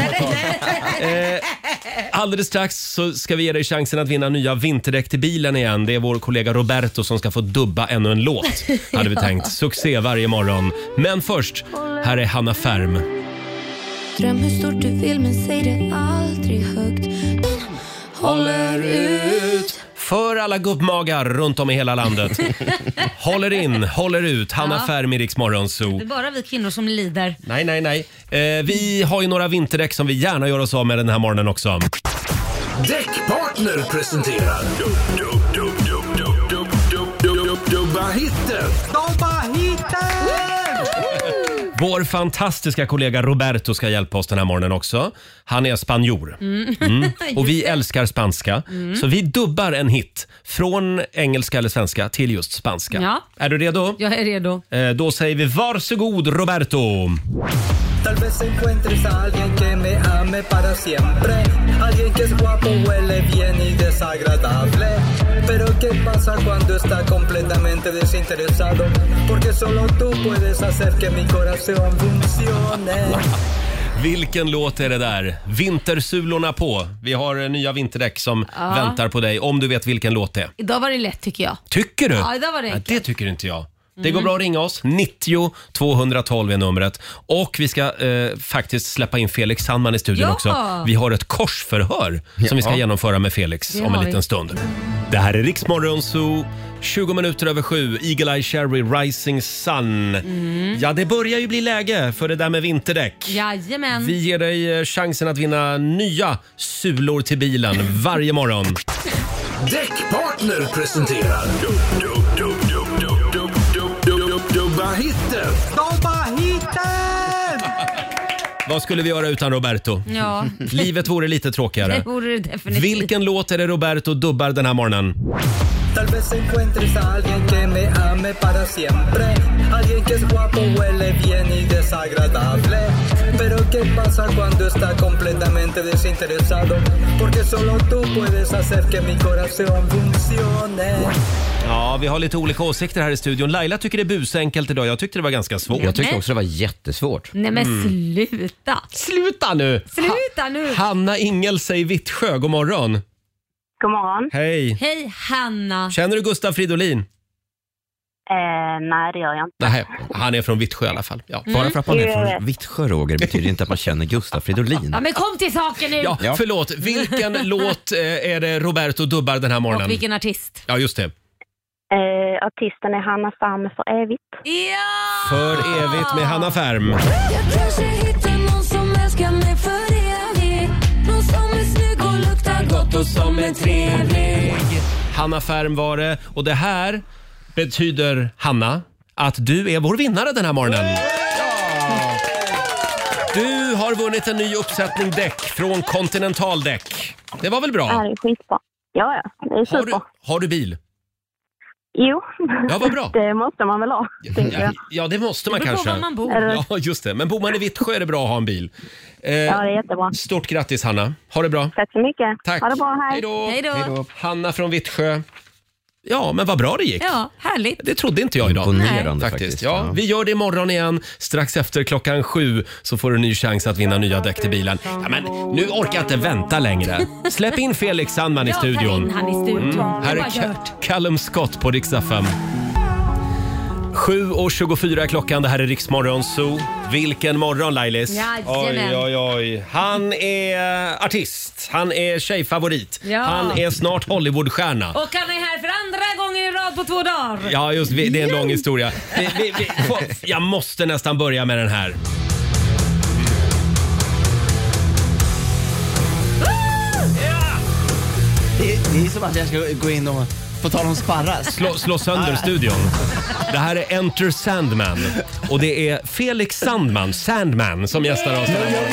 Alldeles strax så ska vi ge dig chansen att vinna nya vinterdäck till bilen igen. Det är vår kollega Roberto som ska få dubba ännu en låt, hade vi tänkt. Succé varje morgon. Men först, här är Hanna Färm. Dröm hur stort du vill men säg det aldrig högt. Håller ut. För alla gubbmagar runt om i hela landet. Håller in, håller ut. Hanna Färm i Rix Morgon Zoo. Det är bara vi kvinnor som lider. Nej. Vi har ju några vinterdäck som vi gärna gör oss av med den här morgonen också. Däckpartner presenterar Dubba hitten. Vår fantastiska kollega Roberto ska hjälpa oss den här morgonen också. Han är spanjor. Och vi älskar spanska. Så vi dubbar en hit från engelska eller svenska till just spanska. Ja. Är du redo? Jag är redo. Då säger vi varsågod Roberto. Tal vez encuentres a alguien que me ame para siempre. Alguien que es guapo, huele bien y desagradable. Pero ¿qué pasa cuando está completamente desinteresado? Porque solo tú puedes hacer que mi corazón funcione. Vilken låt är det där? Vintersulorna på. Vi har nya vinterdäck som väntar på dig om du vet vilken låt det är. Idag var det lätt tycker jag. Tycker du? Ja, idag var det enkelt. Det tycker inte jag. Det går bra att ringa oss. 90 212 är numret. Och vi ska faktiskt släppa in Felix Sandman i studion också. Vi har ett korsförhör som vi ska genomföra med Felix om en liten stund. Det här är Rix Morgon Zoo. 20 minuter över 7. Eagle Eye Cherry, Rising Sun. Ja, det börjar ju bli läge för det där med vinterdäck. Jajamän. Vi ger dig chansen att vinna nya sulor till bilen varje morgon. Däckpartner presenterar Dubba hitten. Vad skulle vi göra utan Roberto? Ja. Livet vore lite tråkigare. Det vore det definitivt. Vilken låt är det Roberto dubbar den här morgonen? Tal vez encuentres a alguien que me ame para siempre. Alguien que es guapo, huele bien y desagradable. Pero ¿qué pasa cuando está completamente desinteresado? Porque solo tú puedes hacer que mi corazón funcione. Ja, vi har lite olika åsikter här i studion. Laila tycker det är busenkelt idag. Jag tyckte det var ganska svårt. Jag tyckte också det var jättesvårt. Nej men sluta. Sluta nu! Sluta nu! Hanna Ingelse i Vittsjö, god morgon. God morgon. Hej. Hej Hanna. Känner du Gustav Fridolin? Nej, det gör jag inte. Nej, han är från Vittsjö i alla fall. Ja. Bara för att man är från Vittsjö, Roger, betyder inte att man känner Gustav Fridolin. Ja, men kom till saken nu. Ja, förlåt. Vilken låt är det Roberto dubbar den här morgonen? Och vilken artist? Ja, just det. Artisten är Hanna Färm för evigt. Ja! För evigt med Hanna Färm. Jag kanske hittar någon som älskar mig för evigt. Någon som är snygg och luktar gott och som är trevlig. Hanna Färm var det. Och det här betyder, Hanna, att du är vår vinnare den här morgonen. Ja. Du har vunnit en ny uppsättning däck från Continental Däck. Det var väl bra? Ja, det är skitbra. Ja, det är super. Har du bil? Jo, ja, vad bra. Det måste man väl ha, tänker jag. Ja, det måste man kanske. Man bor. Ja, just det. Men bor man i Vittsjö är det bra att ha en bil. Ja, det är jättebra. Stort grattis, Hanna. Ha det bra. Tack så mycket. Tack. Ha det bra, hej. Hej då. Hej då. Hanna från Vittsjö. Ja, men vad bra det gick. Ja, härligt. Det trodde inte jag idag. Imponerande faktiskt. Ja, vi gör det imorgon igen. Strax efter 7:00 så får du en ny chans att vinna nya däck till bilen. Ja, men nu orkar jag inte vänta längre. Släpp in Felix Sandman i studion. Ja, han i studion. Här är Callum Scott på Rix FM. 7:24 klockan, det här är Rix Morgon Zoo. Vilken morgon, Lailis. Oj. Han är artist, han är tjejfavorit, han är snart Hollywoodstjärna. Och han är här för andra gången i rad på 2 dagar. Ja, just det är en lång historia. Jag måste nästan börja med den här. Det är som att jag ska gå in och på tal om sparras. Slå sönder studion. Det här är Enter Sandman. Och det är Felix Sandman som gästar oss.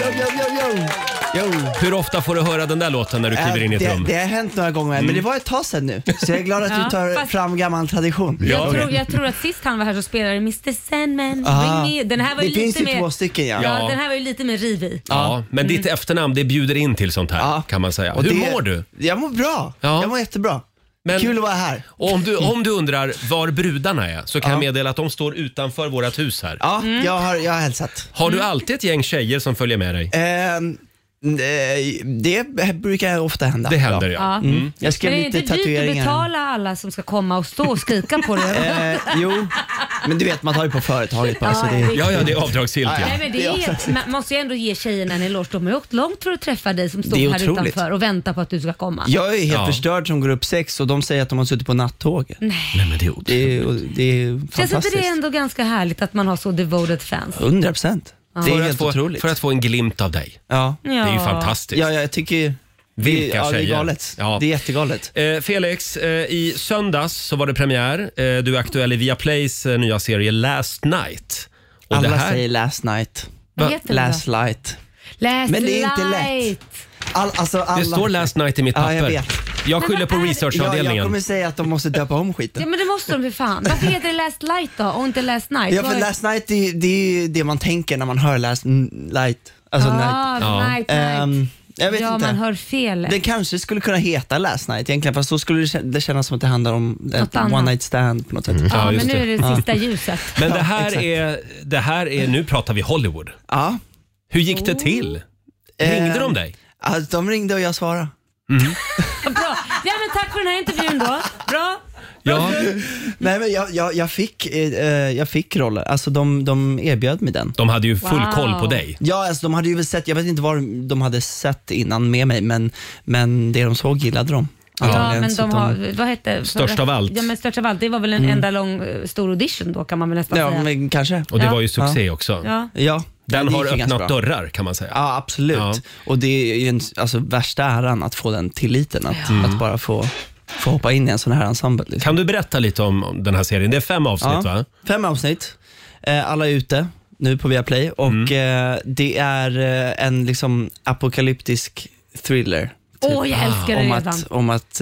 Hur ofta får du höra den där låten när du kliver in i ett rum? Det har hänt några gånger, men det var ett tag sedan nu. Så jag är glad att du tar fram gammal tradition. Jag tror att sist han var här så spelade Mr. Sandman. Den här var det ju finns lite ju mer, 2 stycken, ja, den här var ju lite mer rivig. Ja, men ditt efternamn, det bjuder in till sånt här, kan man säga. Och hur mår du? Jag mår bra. Jag mår jättebra. Men, kul att vara här. Och om du undrar var brudarna är så kan jag meddela att de står utanför vårat hus här. Ja, jag har hälsat. Har du alltid ett gäng tjejer som följer med dig? Det brukar ofta hända. Det händer, ja. Jag skrev lite tatueringar. Men är det inte dyrt att betala alla som ska komma och stå och skrika på det? Jo, men du vet, man tar ju på företaget bara. Ja, det är avdragsgillt. Nej, men man måste ju ändå ge tjejerna en eloge. De har ju åkt långt för att träffa dig som står här utanför och väntar på att du ska komma. Jag är helt förstörd som går upp 6 och de säger att de har suttit på nattåg. Nej, men det är fantastiskt. Känns inte det ändå ganska härligt att man har så devoted fans? 100%. Det är helt otroligt. För att få en glimt av dig. Ja. Det är ju fantastiskt. Ja, jag tycker... Vilka tjejer. Det är galet. Ja. Det är jättegalet. Felix, i söndags så var det premiär. Du är aktuell i Viaplays nya serie Last Night. Och alla säger Last Night. Last Light. Men det är inte lätt. Det står Last Night i mitt papper. Ja, jag vet. Jag skyller på researchavdelningen. Jag kommer säga att de måste döpa om skiten. Ja, men det måste de för fan. Varför heter det Last Light då och inte Last Night? Ja, för Last Night det är det man tänker när man hör Last Light. Alltså night. Jag vet inte. Man hör fel. Det kanske skulle kunna heta Last Night egentligen, fast så skulle det kännas som att det handlar om ett one night stand på något sätt. Ja, men nu är det sista ljuset. Men det här är, nu pratar vi Hollywood. Ja. Hur gick det till? Ringde de dig? Alltså, de ringde och jag svarade. Bra. Ja, men tack för den här intervjun då. Bra. Ja. Nej, men jag fick roller. Alltså de erbjöd mig den. De hade ju full koll på dig. Ja, alltså de hade ju väl sett, jag vet inte vad de hade sett innan med mig, men det de såg gillade de. Ja, men de har, vad hette Störst av allt. Ja, men Störst av allt, det var väl en enda lång stor audition då, kan man väl nästan säga. Ja, men kanske. Och det var ju succé också. Ja. Den har öppnat dörrar, kan man säga. Ja, absolut. Ja. Och det är ju värsta äran att få den tilliten, att bara få hoppa in i en sån här ensemble. Liksom. Kan du berätta lite om den här serien? Det är 5 avsnitt, va? 5 avsnitt. Alla är ute nu på Viaplay. Och det är en liksom apokalyptisk thriller. Typ. Jag älskar det redan. Om att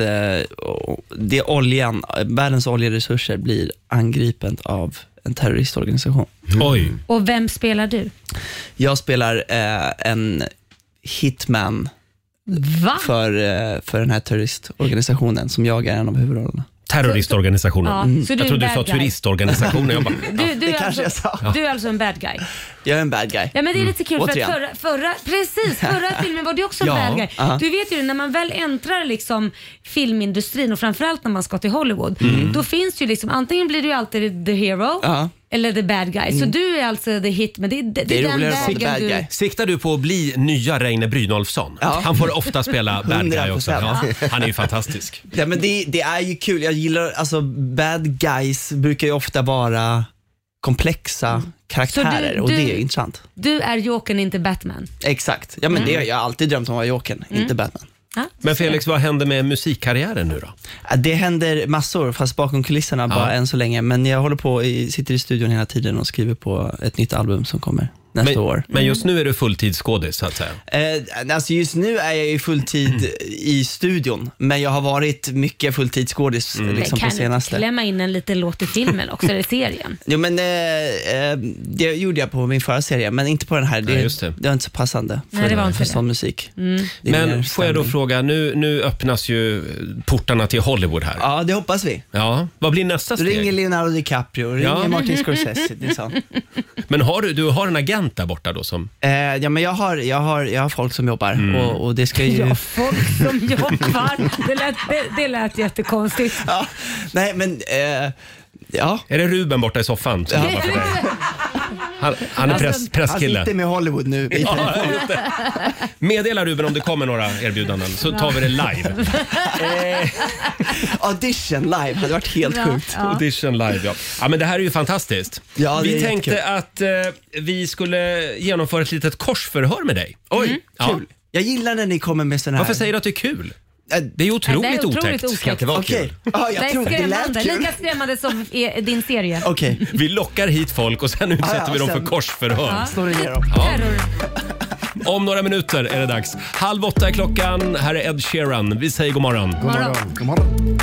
världens oljeresurser blir angripen av en terroristorganisation. Oj. Och vem spelar du? Jag spelar en hitman för den här terroristorganisationen som jag är en av huvudrollerna. Terroristorganisationen. Jag trodde du sa turistorganisationen. Jag bara, du är alltså en bad guy. Jag är en bad guy. Ja, men det är lite kul för att förra filmen var det också en bad guy. Du vet ju, när man väl äntrar liksom filmindustrin och framförallt när man ska till Hollywood, då finns ju liksom, antingen blir du ju alltid the hero eller the bad guy. Så du är alltså the hit, men det är den vägen du... Siktar du på att bli nya Reine Brynolfsson? Han får ofta spela bad guy också. Han är ju fantastisk. Ja, men det är ju kul. Jag gillar, alltså bad guys brukar ju ofta vara komplexa karaktärer och det är intressant. Du är Jokern, inte Batman. Exakt. Ja, men jag har alltid drömt om att vara Jokern, inte Batman. Men Felix, vad händer med musikkarriären nu då? Det händer massor, fast bakom kulisserna bara än så länge. Men jag håller på, sitter i studion hela tiden och skriver på ett nytt album som kommer nästa år. Men just nu är du fulltidsskådis, så att säga? Alltså just nu är jag i fulltid i studion, men jag har varit mycket fulltidsskådis liksom på senaste. Kan du klämma in en liten låt i filmen också, eller serien? Jo, men det gjorde jag på min förra serie, men inte på den här. Det var inte så passande för sån musik. Men får jag då fråga, nu öppnas ju portarna till Hollywood här. Ja, det hoppas vi. Ja, vad blir nästa steg? Ringer Leonardo DiCaprio, ringer Martin Scorsese. Det är så. Men du har en agent där borta då som... Ja, men jag har folk som jobbar och det ska ju... Ja, folk som jobbar. Det lät jättekonstigt. Ja, nej, men... ja. Är det Ruben borta i soffan som jobbar för dig? Han är presskille. Han sitter med Hollywood nu. Meddela Ruben om det kommer några erbjudanden, så tar vi det live. Audition live hade varit helt sjukt. Audition live, ja. Men det här är ju fantastiskt. Ja, vi tänkte att vi skulle genomföra ett litet korsförhör med dig. Oj, kul. Jag gillar när ni kommer med sån här... Varför säger du att det är kul? Det är ju otroligt otäckt. Ska inte vara kul. Jag tror det lät kul. Lika skrämmande som din serie. Vi lockar hit folk och sen utsätter vi dem för korsförhör. Slår ner dem. Om några minuter är det dags. 7:30 är klockan. Här är Ed Sheeran. Vi säger god morgon. God morgon. God morgon.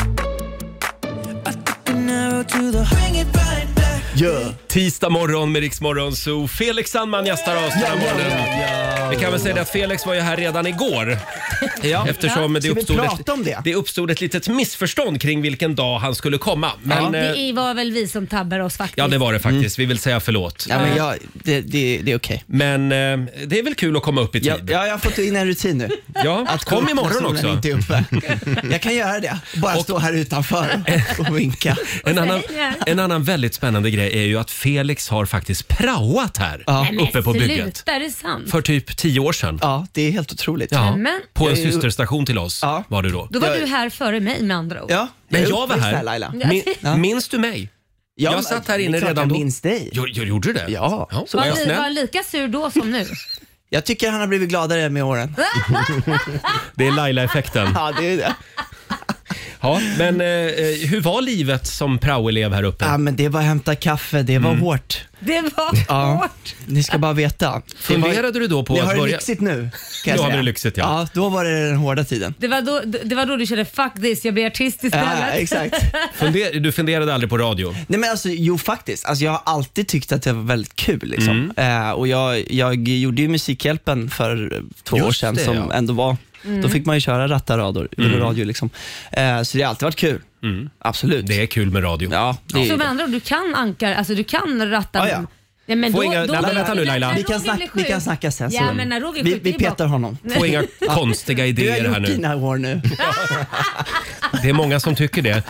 Tisdag morgon med Rix Morgon, så Felix Sandman gästar oss den här morgonen. Vi kan väl säga att Felix var ju här redan igår. Eftersom det uppstod ett litet missförstånd kring vilken dag han skulle komma. Men, det var väl vi som tabbade oss faktiskt. Ja, det var det faktiskt. Vi vill säga förlåt. Ja, men det är okej. Men det är väl kul att komma upp i tid. Ja, jag har fått in en rutin nu. Ja, att kom imorgon också. Inte uppe. Jag kan göra det. Bara stå här utanför och vinka. En annan väldigt spännande grej är ju att Felix har faktiskt praoat här uppe på bygget. Är det sant? För typ 10 år sedan. Ja, det är helt otroligt. Ja, på en systerstation till oss var du då. Då var du här före mig med andra ord. Ja, men jag var här. Minns du mig? Jag satt här inne redan då. Jag minns dig. Gjorde du det? Ja. Så var jag snäll. Var lika sur då som nu? Jag tycker han har blivit gladare med åren. Det är Laila-effekten. Ja, det är det. Ja, men hur var livet som praoelev här uppe? Ja, men det var att hämta kaffe, det var hårt. Det var hårt. Ni ska bara veta. Funderade du då på att börja... Det har det lyxigt nu, kan då har det lyxigt, ja. Då var det den hårda tiden. Det var då du kände fuck this, jag blir artist istället. Ja, exakt. Du funderade aldrig på radio? Nej, men alltså, jo faktiskt. Alltså, jag har alltid tyckt att det var väldigt kul liksom. Och jag gjorde ju Musikhjälpen för 2 år sedan som ändå var... Då fick man ju köra radio liksom. Så det har alltid varit kul. Absolut. Det är kul med radio. Ja, så med andra ord, du kan ratta. Ja. Ja, men vänta nu Laila. Vi kan snacka sen. Ja, men när Roger vi petar honom. Få inga konstiga idéer här nu. Du har gjort dina år nu. Det är många som tycker det.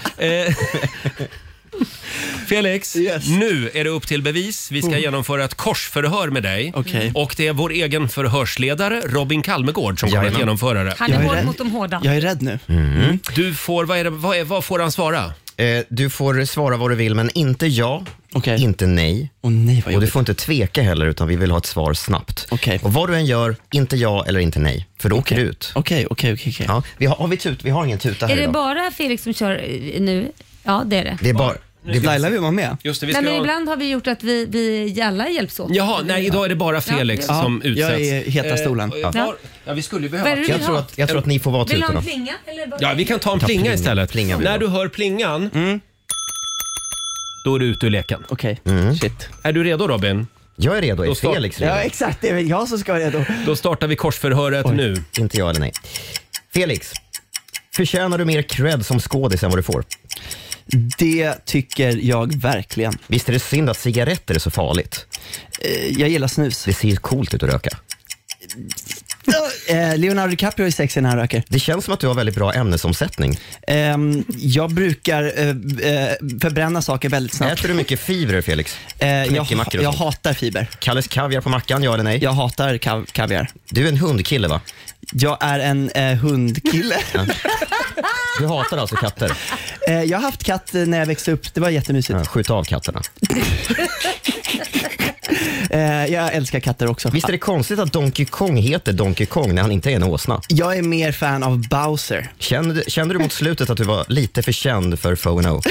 Felix, nu är det upp till bevis. Vi ska genomföra ett korsförhör med dig. Och det är vår egen förhörsledare Robin Kalmegård som kommer att genomföra det. Han är hård mot de hårda. Jag är rädd nu. Du får, vad får han svara? Du får svara vad du vill, men inte ja, inte nej. Nej, och du får inte tveka heller, utan vi vill ha ett svar snabbt. Och vad du än gör, inte ja eller inte nej, för då åker du ut. Okej. Ja, vi har ingen tuta här idag. Är det idag. bara Felix som kör nu? Ja, det är det. Det är bara... Laila vill vara med. Just det, men ibland har vi gjort att vi alla hjälps åt. Jaha, nej, idag är det bara Felix som utsätts. Jag är heta stolen. Vi skulle behöva... Jag tror att ni får vara tutorna. Vill tutorna. du ha en plinga? Eller Ja, vi kan ta en plinga istället. När du hör plingan, då är du ute ur leken. Shit. Är du redo, Robin? Jag är redo. Är Felix redo? Ja, exakt. Det är väl jag som ska vara redo. Då startar vi korsförhöret nu. Inte jag eller nej. Felix, förtjänar du mer cred som skådis än vad du får? Det tycker jag verkligen. Visst är det synd att cigaretter är så farligt? Jag gillar snus. Det ser coolt ut att röka. Leonardo DiCaprio är sexig när han röker. Det känns som att du har väldigt bra ämnesomsättning. Jag brukar förbränna saker väldigt snabbt. Äter du mycket fibrer, Felix? Jag hatar fiber. Kalles kaviar på mackan, ja eller nej? Jag hatar kaviar. Du är en hundkille, va? Jag är en hundkille. Ja. Du hatar alltså katter? Jag har haft katt när jag växte upp. Det var jättemysigt. Ja, skjut av katterna. Jag älskar katter också. Visst är det konstigt att Donkey Kong heter Donkey Kong när han inte är en åsna? Jag är mer fan av Bowser. Kände du mot slutet att du var lite för känd för Fono?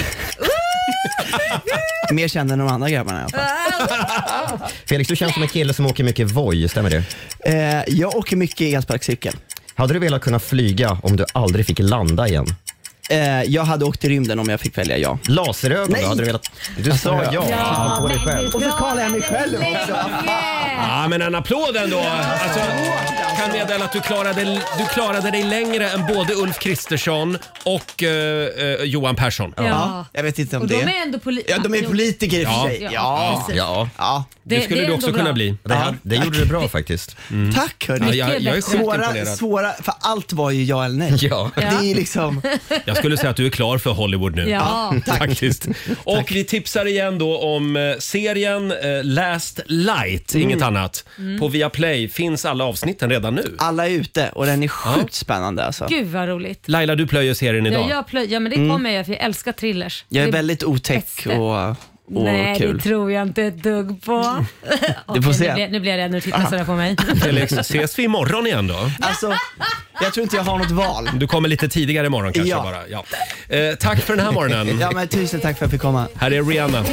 Mer känd än de andra grabbarna i alla fall. Felix, du känns som en kille som åker mycket Voi, stämmer det? Jag åker mycket elsparkcykel. Hade du velat kunna flyga om du aldrig fick landa igen? Jag hade åkt till rymden om jag fick välja ja. Laserögon då? Hade du velat... Du sa ja på dig själv. Och så kallar jag mig själv också. Ja, men en applåd ändå. Alltså, kan meddela att du klarade dig längre än både Ulf Kristersson och Johan Persson. Ja. Jag vet inte om och det. De är ändå de är politiker i och för sig. Ja. Det skulle du också kunna bli. Det gjorde du bra faktiskt. Tack hörni. Jag är sjukt imponerad. Svåra, för allt var ju ja eller nej. Ja. Det är liksom... Jag skulle säga att du är klar för Hollywood nu. Ja. Tack. Faktiskt. Och vi tipsar igen då om serien Last Light, inget annat. På Viaplay finns alla avsnitten redan nu. Alla är ute och den är sjukt spännande alltså. Gud vad roligt. Laila, du plöjer serien idag. Ja, men det kommer jag för jag älskar thrillers. Jag är väldigt otäck och nej, kul. Det tror jag inte ett dugg på. Du får se. Nu blir jag rädd när du tittar sådär på mig. Felix, ses vi imorgon igen då? Alltså, jag tror inte jag har något val. Du kommer lite tidigare imorgon kanske bara. Ja. Tack för den här morgonen. Ja, men tusen tack för att jag fick komma. Här är Rihanna.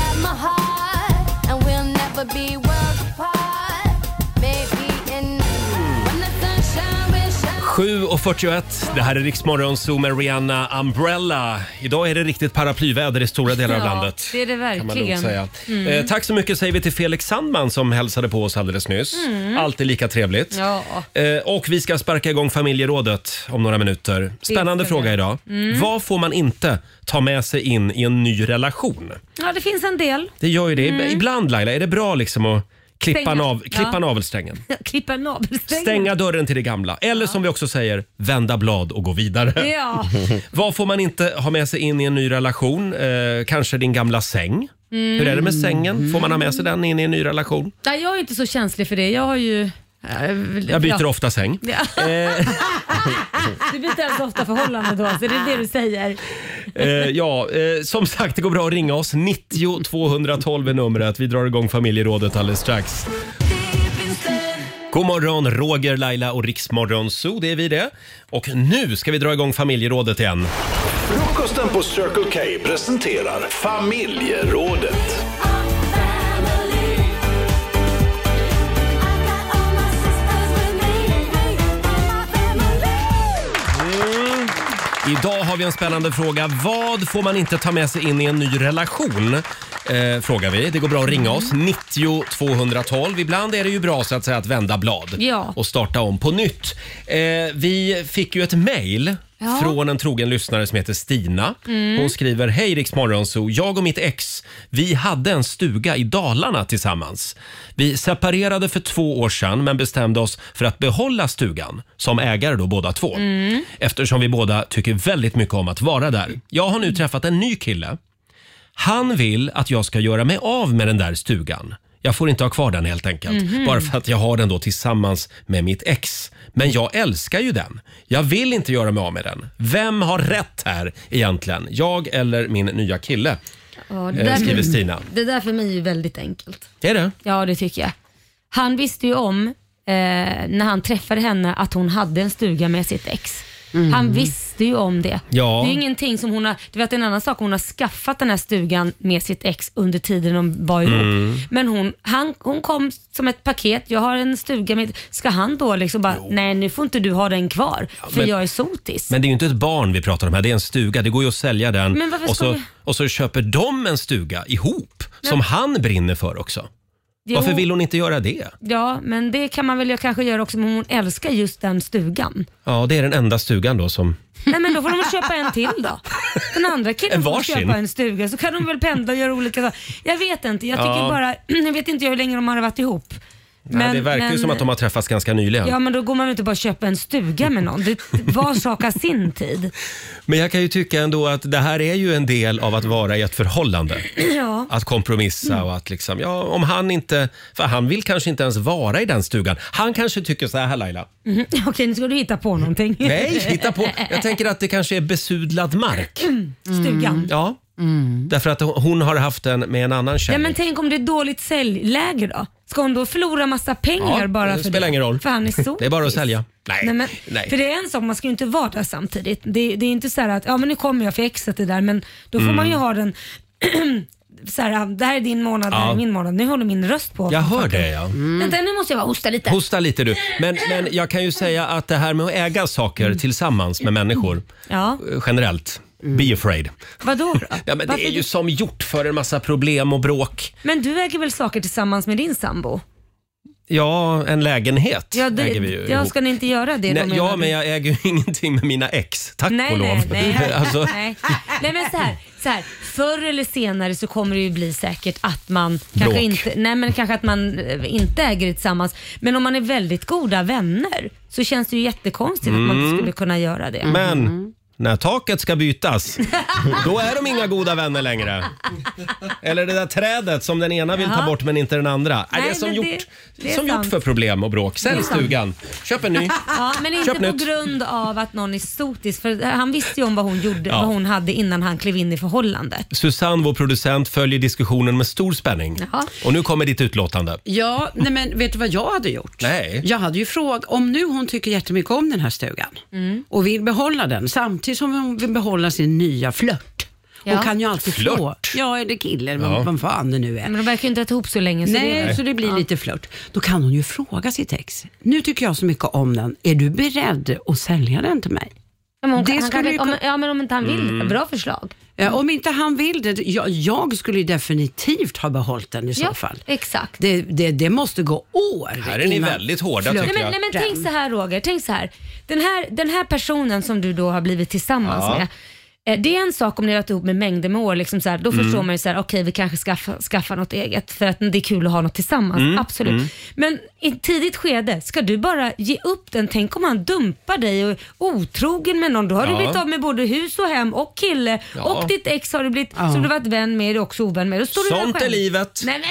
7:41. Det här är Riksmorgon Zoom med Rihanna Umbrella. Idag är det riktigt paraplyväder i stora delar av landet. Det är det verkligen. Säga. Tack så mycket säger vi till Felix Sandman som hälsade på oss alldeles nyss. Alltid lika trevligt. Ja. Och vi ska sparka igång familjerådet om några minuter. Spännande fråga idag. Vad får man inte ta med sig in i en ny relation? Ja, det finns en del. Det gör ju det. Ibland, Laila, är det bra liksom att klippa navelsträngen. Klippa navelsträngen. Stänga dörren till det gamla. Eller som vi också säger, vända blad och gå vidare. Ja. Vad får man inte ha med sig in i en ny relation? Kanske din gamla säng. Hur är det med sängen? Får man ha med sig den in i en ny relation? Nej, jag är inte så känslig för det. Jag har ju... Jag byter ofta säng. Ja. Du byter alltså ofta förhållande då, så det är det du säger. Som sagt, det går bra att ringa oss. 90 212 är numret. Vi drar igång familjerådet alldeles strax. God morgon, Roger, Laila och Riksmorgon Zoo, det är vi det. Och nu ska vi dra igång familjerådet igen. Frukosten på Circle K presenterar familjerådet. Idag har vi en spännande fråga. Vad får man inte ta med sig in i en ny relation? Frågar vi. Det går bra att ringa oss. 90 212. Ibland är det ju bra så att säga att vända blad och starta om på nytt. Vi fick ju ett mejl från en trogen lyssnare som heter Stina. Hon skriver: Hej Rix Morgonzoo, jag och mitt ex, vi hade en stuga i Dalarna tillsammans. Vi separerade för 2 år sedan men bestämde oss för att behålla stugan som ägare då båda två. Eftersom vi båda tycker väldigt mycket om att vara där. Jag har nu träffat en ny kille. Han vill att jag ska göra mig av med den där stugan. Jag får inte ha kvar den helt enkelt. Bara för att jag har den då tillsammans med mitt ex. Men jag älskar ju den. Jag vill inte göra mig av med den. Vem har rätt här egentligen? Jag eller min nya kille? Skriver Stina. Det där för mig är ju väldigt enkelt. Är det? Ja, det tycker jag. Han visste ju om när han träffade henne att hon hade en stuga med sitt ex. Han visste ju om det. Ja. Det är ju ingenting som hon har... Du vet en annan sak, hon har skaffat den här stugan med sitt ex under tiden de var ihop. Men hon kom som ett paket. Jag har en stuga med... Ska han då liksom bara, nej nu får inte du ha den kvar för jag är sotis. Men det är ju inte ett barn vi pratar om här, det är en stuga. Det går ju att sälja den men och så köper de en stuga ihop som han brinner för också. Varför vill hon inte göra det? Ja, men det kan man väl kanske göra också, men hon älskar just den stugan. Ja, det är den enda stugan då som... Nej, men då får de köpa en till då. Den andra killen får köpa en stuga, så kan de väl pendla och göra olika saker. Jag vet inte, jag tycker bara... Jag vet inte hur länge de har varit ihop. Men, det verkar ju som att de har träffats ganska nyligen. Ja, men då går man inte bara köpa en stuga med någon. Det var sak av sin tid. Men jag kan ju tycka ändå att det här är ju en del av att vara i ett förhållande. Ja. Att kompromissa och att liksom, om han inte... För han vill kanske inte ens vara i den stugan. Han kanske tycker så här, Laila. Okej, nu ska du hitta på någonting. Nej, hitta på. Jag tänker att det kanske är besudlad mark. Stugan. Ja. Därför att hon har haft den med en annan tjej. Ja, men tänk om det är dåligt säljläge då? Ska hon då förlora massa pengar bara för det? Spelar ingen roll. För han är så. Det är bara att sälja. Nej. För det är en sak, man ska ju inte vara där samtidigt. Det är inte så här att, ja men nu kommer jag för exet det där, men då får man ju ha den så här, det här är din månad, det här är min månad. Nu håller min röst på. Jag hör det, ja. Vänta, nu måste jag bara hosta lite. Hosta lite du. Men jag kan ju säga att det här med att äga saker tillsammans med människor, generellt, be afraid. Vadå då? Ja, men det är ju som gjort för en massa problem och bråk. Men du äger väl saker tillsammans med din sambo? Ja, en lägenhet äger vi ju. Ja, ska ni inte göra det? Nej, men jag äger ju ingenting med mina ex. Tack och lov. Nej, alltså. nej, men så här, förr eller senare så kommer det ju bli säkert att man kanske inte, kanske att man inte äger det tillsammans. Men om man är väldigt goda vänner så känns det ju jättekonstigt att man inte skulle kunna göra det. Men när taket ska bytas, då är de inga goda vänner längre. Eller det där trädet som den ena vill ta bort men inte den andra. Nej, det är som gjort för problem och bråk. Sälj stugan. Köp en ny. Ja, men inte på grund av att någon är sotis. För han visste ju om vad hon gjorde, vad hon hade innan han klev in i förhållandet. Susanne, vår producent, följer diskussionen med stor spänning. Jaha. Och nu kommer ditt utlåtande. Ja, men vet du vad jag hade gjort? Nej. Jag hade ju frågat, om nu hon tycker jättemycket om den här stugan och vill behålla den, samtidigt som hon vill behålla sin nya flört. Hon kan ju alltid flört. Ja, eller kille, eller vad fan det nu är. Men de verkar inte ha ihop så länge. Så det blir lite flört. Då kan hon ju fråga sitt ex. Nu tycker jag så mycket om den. Är du beredd att sälja den till mig? Men om inte han vill det. Bra förslag. Om inte han vill det, jag skulle definitivt ha behållit den i så fall. Exakt. Det måste gå år. Här är ni väldigt hårda tycker jag. Nej, men tänk så här, Roger. Tänk så här. Den här personen som du då har blivit tillsammans med. Det är en sak om ni har varit ihop med mängder med år. Liksom så här, då förstår man ju så här, okej, vi kanske skaffa något eget för att det är kul att ha något tillsammans. Absolut. Men i ett tidigt skede, ska du bara ge upp den? Tänk om han dumpar dig och är otrogen med någon. Då har du blivit av med både hus och hem och kille. Och ditt ex har du blivit, som du varit vän med och också ovän med. Då står sånt du är livet. Nej.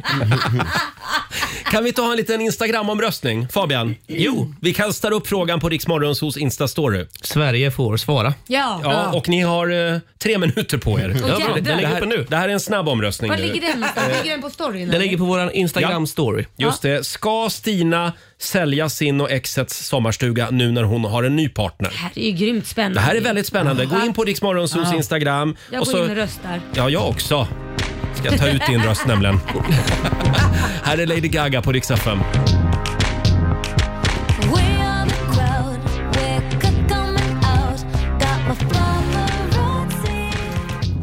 Kan vi ta en liten Instagram-omröstning, Fabian? Jo, vi kastar upp frågan på Rix Morgonzoos Insta-story. Sverige får svara. Ja, och ni har 3 minuter på er. Den ligger uppe nu. Det här är en snabb omröstning. Var ligger den? Ligger den på storyn? Den ligger på vår Instagram-story. Just det. Ska Stina sälja sin och exets sommarstuga nu när hon har en ny partner? Det här är ju grymt spännande. Det här är väldigt spännande. Gå in på Rix Morgonzoos Instagram. Jag går in och röstar. Ja, jag också. Ska ta ut din röst nämligen. Här är Lady Gaga på Rix FM.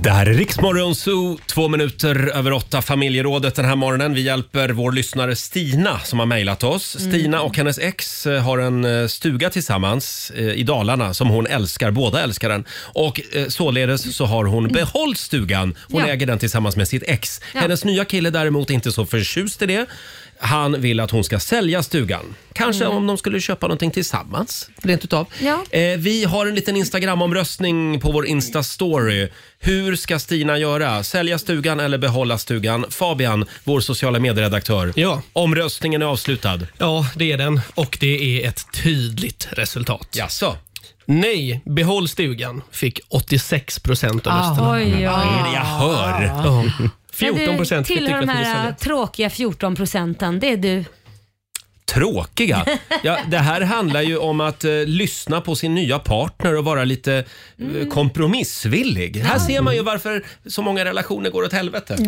Det här är Riksmorgon Zoo, 2 minuter över 8, familjerådet den här morgonen. Vi hjälper vår lyssnare Stina som har mejlat oss. Stina och hennes ex har en stuga tillsammans i Dalarna som hon älskar. Båda älskar den. Och således så har hon behållit stugan. Hon äger den tillsammans med sitt ex. Hennes nya kille däremot är inte så förtjust i det. Han vill att hon ska sälja stugan. Kanske om de skulle köpa någonting tillsammans. Rent utav. Ja. Vi har en liten Instagram-omröstning på vår Insta-story. Hur ska Stina göra? Sälja stugan eller behålla stugan? Fabian, vår sociala medieredaktör. Ja. Omröstningen är avslutad. Ja, det är den. Och det är ett tydligt resultat. Jaså? Nej, behåll stugan fick 86% av rösterna. Oj, oj. Vad är det jag hör? Ja. 14% tillhör de här tråkiga 14%. Det är du. Tråkiga? Ja, det här handlar ju om att lyssna på sin nya partner och vara lite kompromissvillig. Här ser man ju varför så många relationer går åt helvete.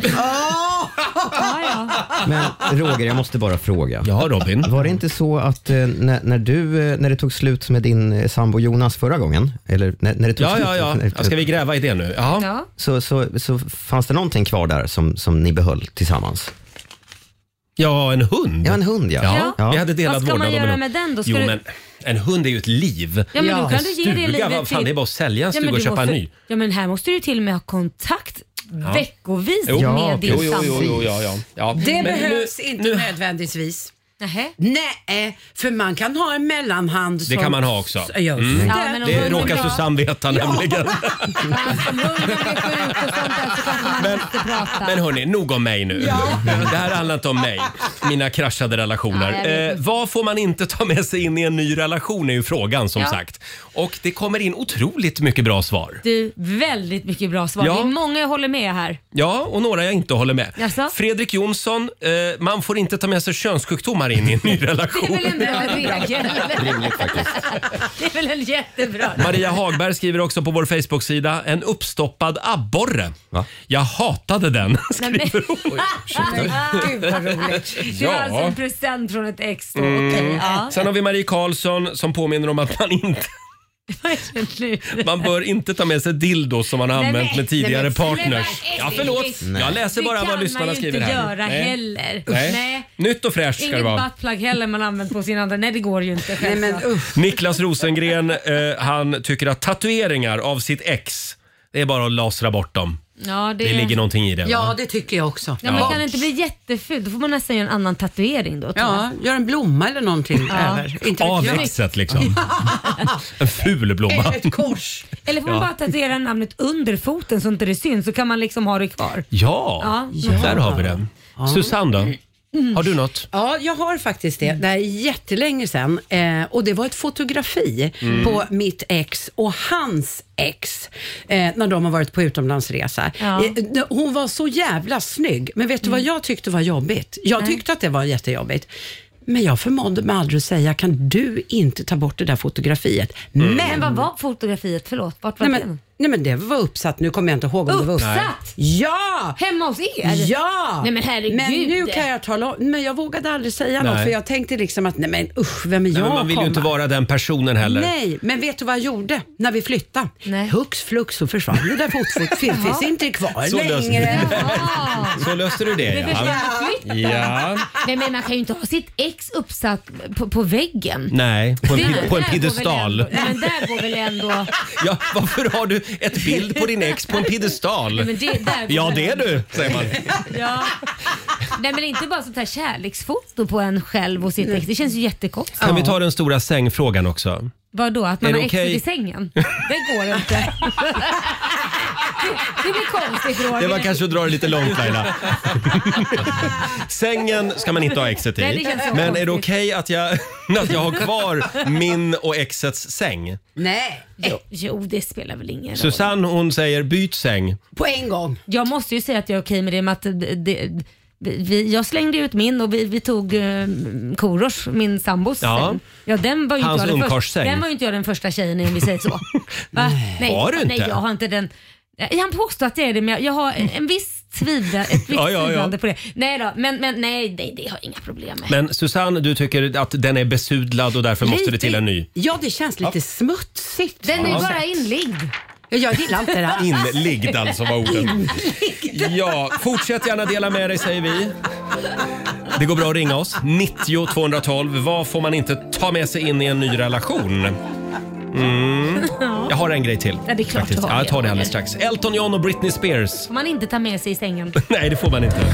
Men Roger, jag måste bara fråga. Ja, Robin. Var det inte så att när det tog slut med din sambo Jonas förra gången? Eller när det tog slut? Ska vi gräva i det nu? Ja. Så fanns det någonting kvar där som ni behöll tillsammans? Ja, en hund. Ja, en hund, ja. Vi hade delad Vad ska vårdnad man om göra en med den då? men en hund är ju ett liv. Ja, men då kan du ge det stuga, livet vad fan, till. det är bara att sälja en stuga och köpa en ny. Ja, men här måste du till och med ha kontakt veckovis Jo. med din Jo, ja. Det behövs inte nödvändigtvis. Nej, för man kan ha en mellanhand som... Det kan man ha också. Det råkar Susanne veta nämligen. Men hörni, nog om mig nu. Det här handlar inte om mig. Mina kraschade relationer. Vad får man inte ta med sig in i en ny relation är ju frågan som sagt. Och det kommer in otroligt mycket bra svar. Väldigt mycket bra svar. Det är många jag håller med här. Ja, och några jag inte håller med. Jaså? Fredrik Jonsson, man får inte ta med sig könssjukdomar in i en ny relation. Det är väl en bra regel? Rimligt faktiskt. Det är väl en jättebra. Maria Hagberg skriver också på vår Facebook-sida: en uppstoppad abborre. Va? Jag hatade den, skriver hon. Gud vad roligt. Det var alltså en present från ett ex då. Sen har vi Marie Karlsson som påminner om att man inte... Man bör inte ta med sig dildos som man har använt med tidigare partners. Ja, förlåt. Jag läser bara vad lyssnarna skriver här. Det kan man ju inte göra heller. Nej. Nytt och fräscht ska det vara. Inget buttplug heller man använt på sin andra. Nej, det går ju inte. Niklas Rosengren, han tycker att tatueringar av sitt ex, det är bara att lasra bort dem. Ja, det ligger någonting i det. Ja, det tycker jag också. Ja, men kan det inte bli jättefult? Då får man nästan göra en annan tatuering då. Gör en blomma eller någonting över. Inte av exet liksom. En ful blomma. Ett kors. Eller får man bara tatuera namnet under foten så inte det syns, så kan man liksom ha det kvar. Ja. Där har vi den. Susanne då? Har du något? Ja, jag har faktiskt det. Det är jättelänge sedan. Och det var ett fotografi på mitt ex och hans ex när de har varit på utomlandsresa. Hon var så jävla snygg. Men vet du vad jag tyckte var jobbigt? Jag tyckte att det var jättejobbigt. Men jag förmådde mig aldrig att säga, kan du inte ta bort det där fotografiet? Men vad var fotografiet? Förlåt, vart var det? Nej, men det var uppsatt. Nu kommer jag inte ihåg om det var uppsatt. Ja! Hemma hos er? Ja! Nej, men herregud. Men nu kan jag tala om, men jag vågade aldrig säga något, för jag tänkte liksom att nej men usch, vem är jag? Men man vill ju inte vara den personen heller. Nej, men vet du vad jag gjorde när vi flyttade? Hux flux så försvann det där fotot. Finns inte kvar så längre. Så löste du det, ja. Nej, men man kan ju inte ha sitt ex uppsatt på väggen. Nej, på en piedestal. Men där går väl ändå... Ja, varför har du ett bild på din ex på en piedestal? Men det är du, säger man. Ja. Nej, men inte bara sånt här kärleksfoto på en själv och sitt ex. Det känns ju jättekonstigt. Kan vi ta den stora sängfrågan också? Vadå? Att man har exet i sängen? Det går inte. Det blir konstigt, Roger. Det var kanske att dra det lite långt, Laila. Sängen ska man inte ha exet i. Nej, men är det okej att jag har kvar min och exets säng? Nej. Jo, det spelar väl ingen roll. Susanne, hon säger byt säng. På en gång. Jag måste ju säga att jag är okej med det, med att jag slängde ut min och vi tog Korosh, min sambos säng. Ja, den var ju inte jag den första tjejen, om vi säger så. Va? Nej, har du inte? Nej, jag har inte den. Han påstår att det är det, men jag har en viss tvivlande på det. Nej då, men nej, det har jag inga problem med. Men Susanne, du tycker att den är besudlad och därför måste det till en ny? Ja, det känns lite smutsigt. Den är bara inligd. Jag gillar inte det här. Inligd alltså var ordet. Ja, fortsätt gärna dela med dig säger vi. Det går bra att ringa oss. 90 212. Vad får man inte ta med sig in i en ny relation? Jag har en grej till. Ja, det är klart faktiskt. Jag tar det alldeles strax. Elton John och Britney Spears. Får man inte ta med sig i sängen? Nej, det får man inte.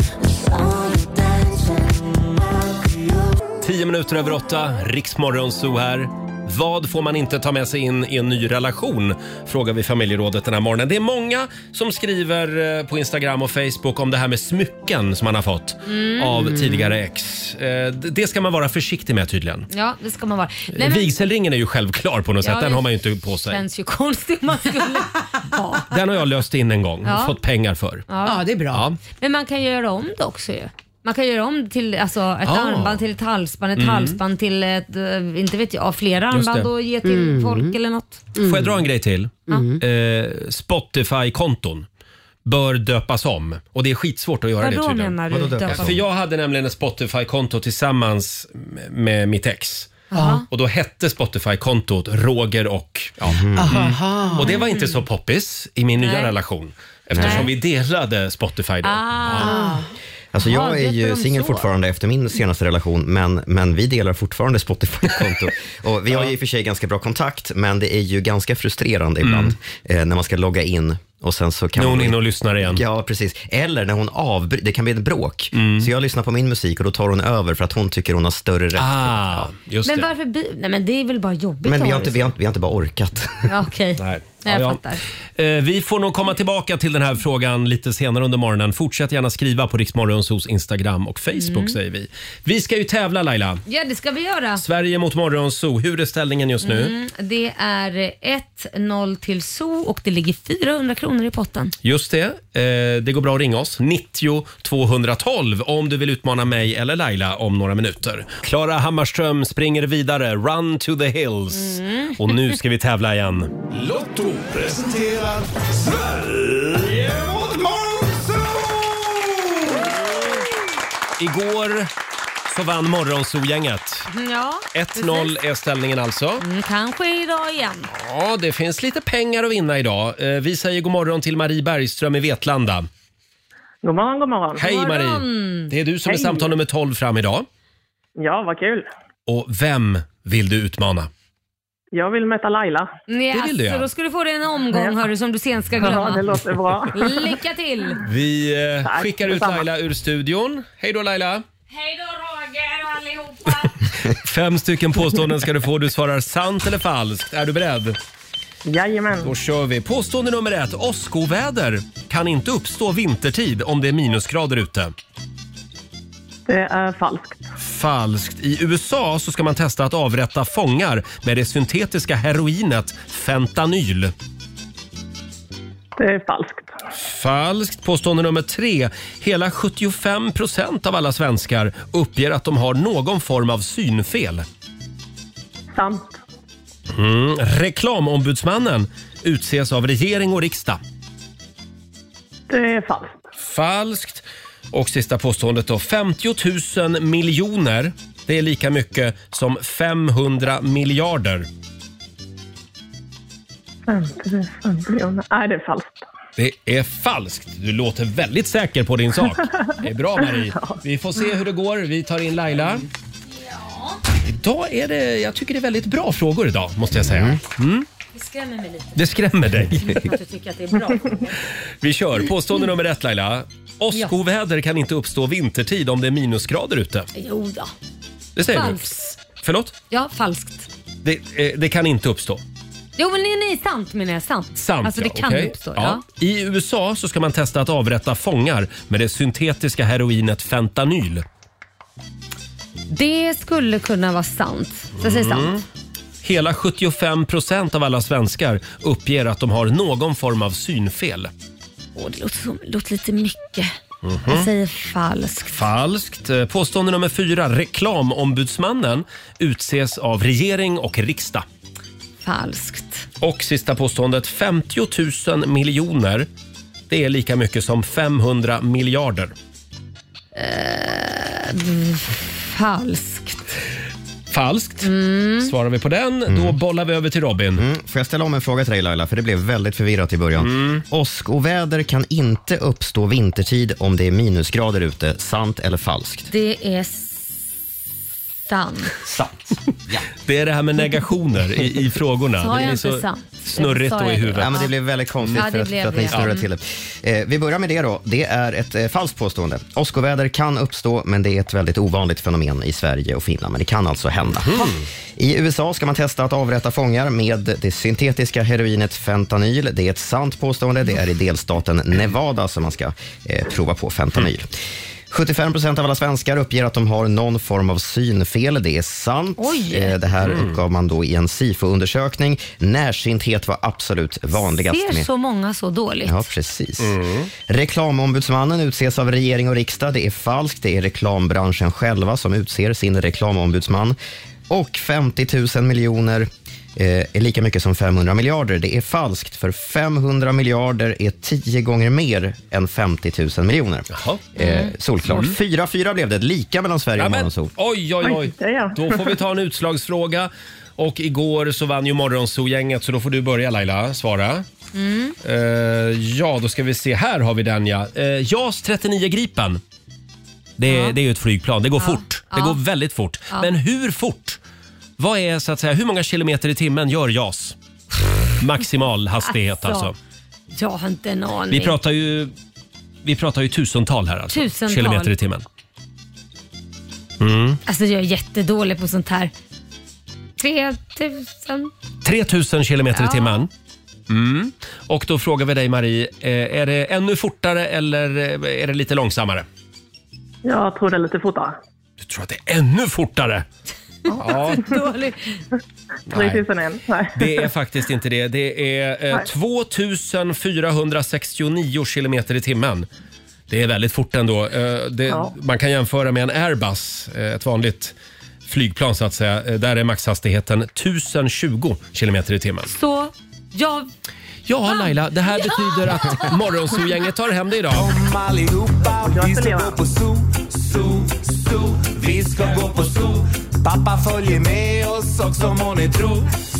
10 minuter över 8. Riksmorgon Zoo här. Vad får man inte ta med sig in i en ny relation? Frågar vi familjerådet den här morgonen. Det är många som skriver på Instagram och Facebook om det här med smycken som man har fått av tidigare ex. Det ska man vara försiktig med tydligen. Ja, det ska man vara. Vigselringen är ju självklar på något sätt. Den har man ju inte på sig. Det känns ju konstigt man skulle ha. Den har jag löst in en gång. Fått pengar för. Ja, det är bra. Ja. Men man kan göra om det också ju. Man kan göra om till ett armband till ett halsband, ett halsband till ett, inte vet jag, flera armband och ge till folk eller något. Får jag dra en grej till? Spotify-konton bör döpas om. Och det är skitsvårt att göra det tydligen. Menar du? För jag hade nämligen ett Spotify-konto tillsammans med mitt ex. Och då hette Spotify-kontot Roger och... Och det var inte så poppis i min nya relation. Eftersom vi delade Spotify då. Alltså jag är ju singel fortfarande efter min senaste relation, men vi delar fortfarande Spotify-konto. Och vi har ju i och för sig ganska bra kontakt, men det är ju ganska frustrerande ibland när man ska logga in. Och sen så kan hon in och lyssnar igen. Ja, precis. Eller när hon avbryter, det kan bli ett bråk. Så jag lyssnar på min musik och då tar hon över för att hon tycker hon har större rätt. Just men det. varför? Nej, men det är väl bara jobbigt. Men vi har inte bara orkat. Okej. Nej. Jag fattar. Vi får nog komma tillbaka till den här frågan lite senare under morgonen. Fortsätt gärna skriva på Riksmorgonsos Instagram och Facebook säger vi. Vi ska ju tävla Laila. Ja, det ska vi göra. Sverige mot Morgonzoo. Hur är ställningen just nu? Det är 1-0 till Zoo och det ligger 400 kronor i potten. Just det. Det går bra att ringa oss. 90 212 om du vill utmana mig eller Laila om några minuter. Klara Hammarström springer vidare. Run to the hills. Och nu ska vi tävla igen. Lotto presenterar Sverige mot Morgonzoo! Igår så vann Morgonzoo-gänget. Ja, 1-0 är ställningen alltså. Kanske idag igen. Ja, det finns lite pengar att vinna idag. Vi säger god morgon till Marie Bergström i Vetlanda. God morgon, god morgon. Hej Marie. Det är du som är samtal nummer 12 fram idag. Ja, vad kul. Och vem vill du utmana? Jag vill möta Laila. Ja, det vill du, så då ska du få det en omgång hörru, som du sen ska glömma. Ja, det låter bra. Lycka till. Vi skickar ut Laila ur studion. Hej då Laila. Hej då Roger och allihopa. 5 stycken påståenden ska du få. Du svarar sant eller falskt. Är du beredd? Jajamän. Då kör vi. Påstående nummer 1. Åskoväder kan inte uppstå vintertid om det är minusgrader ute. Det är falskt. Falskt. I USA så ska man testa att avrätta fångar med det syntetiska heroinet fentanyl. Det är falskt. Falskt. Påstående nummer 3. Hela 75% av alla svenskar uppger att de har någon form av synfel. Sant. Reklamombudsmannen utses av regering och riksdag. Det är falskt. Falskt. Och sista påståendet då. 50 000 miljoner. Det är lika mycket som 500 miljarder. 50 000 miljoner. Nej, det är falskt. Det är falskt. Du låter väldigt säker på din sak. Det är bra Marie. Vi får se hur det går. Vi tar in Laila. Idag är det, jag tycker det är väldigt bra frågor idag, måste jag säga. Det skrämmer mig lite. Det skrämmer dig. Att du tycker att det är bra. Vi kör. Påstående nummer 1 Laila. Åskoväder kan inte uppstå vintertid om det är minusgrader ute. Jo då. Det säger falskt. du. Förlåt? Ja, falskt. Det kan inte uppstå. Jo, men nej, sant menar jag. Sant. Alltså det kan uppstå, ja. I USA så ska man testa att avrätta fångar med det syntetiska heroinet fentanyl. Det skulle kunna vara sant. Så jag säger sant. Hela 75% av alla svenskar uppger att de har någon form av synfel. Det låter lite mycket. Jag säger falskt. Falskt. Påstående nummer 4. Reklamombudsmannen utses av regering och riksdag. Falskt. Och sista påståendet. 50 000 miljoner. Det är lika mycket som 500 miljarder. Falskt. Falskt. Svarar vi på den, då bollar vi över till Robin. Får jag ställa om en fråga till dig, Laila? För det blev väldigt förvirrat i början. Åskoväder kan inte uppstå vintertid om det är minusgrader ute. Sant eller falskt? Det är sant. Ja. Det är det här med negationer i frågorna. Sa jag det är inte så sant? snurrigt då i huvudet. Ja, men det blev väldigt konstigt för att ni snurrade till det. Vi börjar med det då. Det är ett falskt påstående. Åskoväder kan uppstå, men det är ett väldigt ovanligt fenomen i Sverige och Finland. Men det kan alltså hända. I USA ska man testa att avrätta fångar med det syntetiska heroinet fentanyl. Det är ett sant påstående. Det är i delstaten Nevada som man ska prova på fentanyl. 75% av alla svenskar uppger att de har någon form av synfel. Det är sant. Det här uppgav man då i en SIFO-undersökning. Närsynthet var absolut vanligast. Ser så många så dåligt? Ja, precis. Reklamombudsmannen utses av regering och riksdag. Det är falskt. Det är reklambranschen själva som utser sin reklamombudsman. Och 50 000 miljoner är lika mycket som 500 miljarder. Det är falskt, för 500 miljarder är 10 gånger mer än 50 000 miljoner. Solklart. 4-4 blev det. Lika mellan Sverige och Morgonzoo. Oj. Då får vi ta en utslagsfråga. Och igår så vann ju Morgonzoo-gänget, så då får du börja, Laila, svara. Ja, då ska vi se. Här har vi den, ja. JAS 39 Gripen. Det är ju ett flygplan. Det går fort. Det går väldigt fort. Men hur fort? Vad är, så att säga, hur många kilometer i timmen gör JAS? Maximal hastighet alltså. Jag har inte en aning. Vi pratar ju tusental här alltså. Kilometer i timmen. Alltså jag är jättedålig på sånt här. 3000 kilometer i timmen. Och då frågar vi dig, Marie, är det ännu fortare eller är det lite långsammare? Jag tror det är lite fortare. Du tror att det är ännu fortare? Ja. 3001. Nej. Det är faktiskt inte det. Det är 2469 kilometer i timmen. Det är väldigt fort ändå. Man kan jämföra med en Airbus, ett vanligt flygplan så att säga. Där är maxhastigheten 1020 kilometer i timmen. Så Ja, Laila, det här betyder att Morgonzoo-gänget tar hem det idag. Kom allihopa, vi ska gå på zoo. Vi ska gå på zoo. Pappa följer med oss också, må ni tro.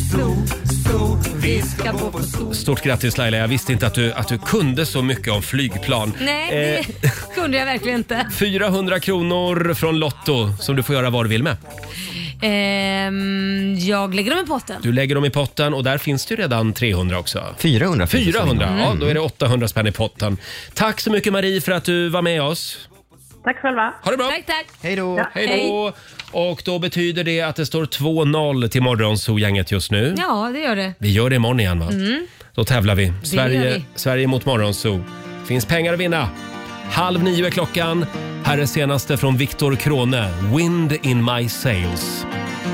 Vi ska gå på zoo. Stort grattis, Laila. Jag visste inte att du kunde så mycket om flygplan. Nej, det kunde jag verkligen inte. 400 kronor från Lotto som du får göra vad du vill med. Jag lägger dem i potten. Du lägger dem i potten och där finns det ju redan 300 också. 400? Ja, då är det 800 spänn i potten. Tack så mycket, Marie, för att du var med oss. Tack själva. Ha det bra. Tack. Hej då. Ja. Hej då. Och då betyder det att det står 2-0 till Morgonzoo-gänget just nu. Ja, det gör det. Vi gör det imorgon igen, va? Då tävlar vi. Gör Sverige mot Morgonzoo. Finns pengar att vinna. 8:30 är klockan. Här är senaste från Viktor Krone. Wind in my sails.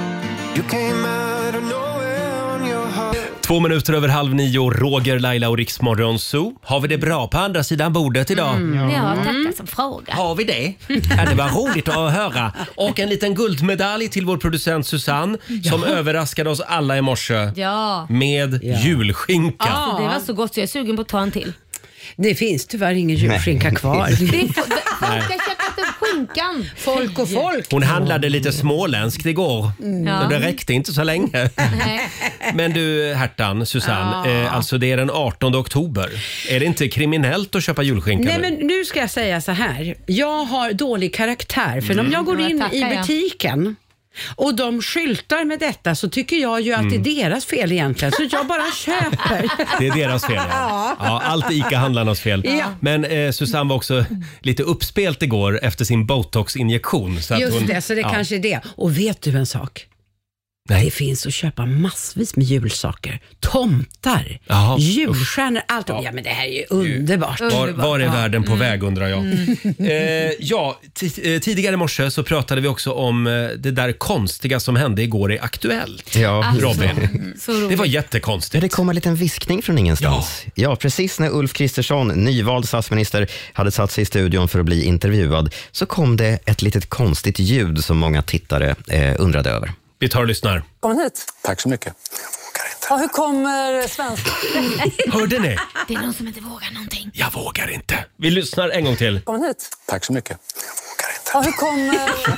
2 minuter över 8:30. Roger, Laila och Riks Morgonzoo. Har vi det bra på andra sidan bordet idag? Ja, tackar som fråga. Har vi det? Ja, det var roligt att höra. Och en liten guldmedalj till vår producent Susanne som överraskade oss alla i morse med julskinka. Ja, det var så gott så jag är sugen på att ta en till. Det finns tyvärr ingen julskinka kvar. Folk har köpt upp skinkan. Folk och folk. Hon handlade lite småländskt igår. Så det räckte inte så länge. Men du, Hertan, Susanne, alltså det är den 18 oktober. Är det inte kriminellt att köpa julskinka? Nej, men nu ska jag säga så här. Jag har dålig karaktär. För om jag går in i butiken och de skyltar med detta, så tycker jag ju att det är deras fel egentligen. Så jag bara köper. Det är deras fel, ja. Allt är ICA-handlarnas fel. Ja. Men Susanne var också lite uppspelt igår efter sin Botox-injektion. Så just att det, så det kanske är det. Och vet du en sak? Nej. Det finns att köpa massvis med julsaker. Tomtar, julstjärnor, allt. Ja, men det här är ju underbart. Var är världen på väg, undrar jag. Tidigare i morse så pratade vi också om det där konstiga som hände igår i Aktuellt. Ja, Robin. Det var jättekonstigt. Det kom en liten viskning från ingenstans. Ja, precis när Ulf Kristersson, nyvald statsminister, hade satt sig i studion för att bli intervjuad, så kom det ett litet konstigt ljud som många tittare undrade över. Vi tar och lyssnar. Kom hit. Tack så mycket. Ja, hur kommer svensk? Hörde ni? Det är någon som inte vågar någonting. Jag vågar inte. Vi lyssnar en gång till. Kom hit. Tack så mycket. Ja, hur kommer...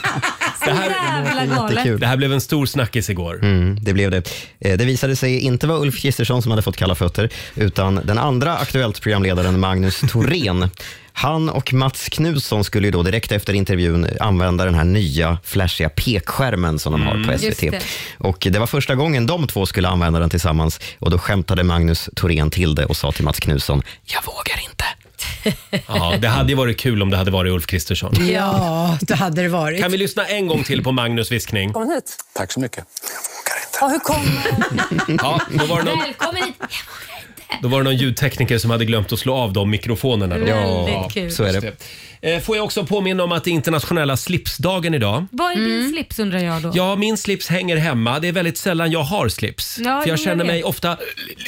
Det här blev en stor snackis igår. Det blev det. Det visade sig inte vara Ulf Kristersson som hade fått kalla fötter, utan den andra aktuellt programledaren Magnus Thorén. Han och Mats Knutsson skulle ju då direkt efter intervjun använda den här nya flashiga pekskärmen som de har på SVT. Och det var första gången de två skulle använda den tillsammans, och då skämtade Magnus Thorén till det och sa till Mats Knutsson: jag vågar inte. Ja, det hade ju varit kul om det hade varit Ulf Kristersson. Ja, det hade det varit. Kan vi lyssna en gång till på Magnus viskning? Kom hit. Tack så mycket. Ja, hur kommer... Ja, då var det någon... Välkommen hit. Då var det någon ljudtekniker som hade glömt att slå av de mikrofonerna. Väldigt kul. Så är det. Får jag också påminna om att det är internationella slipsdagen idag. Vad är din slips undrar jag då? Ja, min slips hänger hemma. Det är väldigt sällan jag har slips. Ja, för jag känner mig ofta...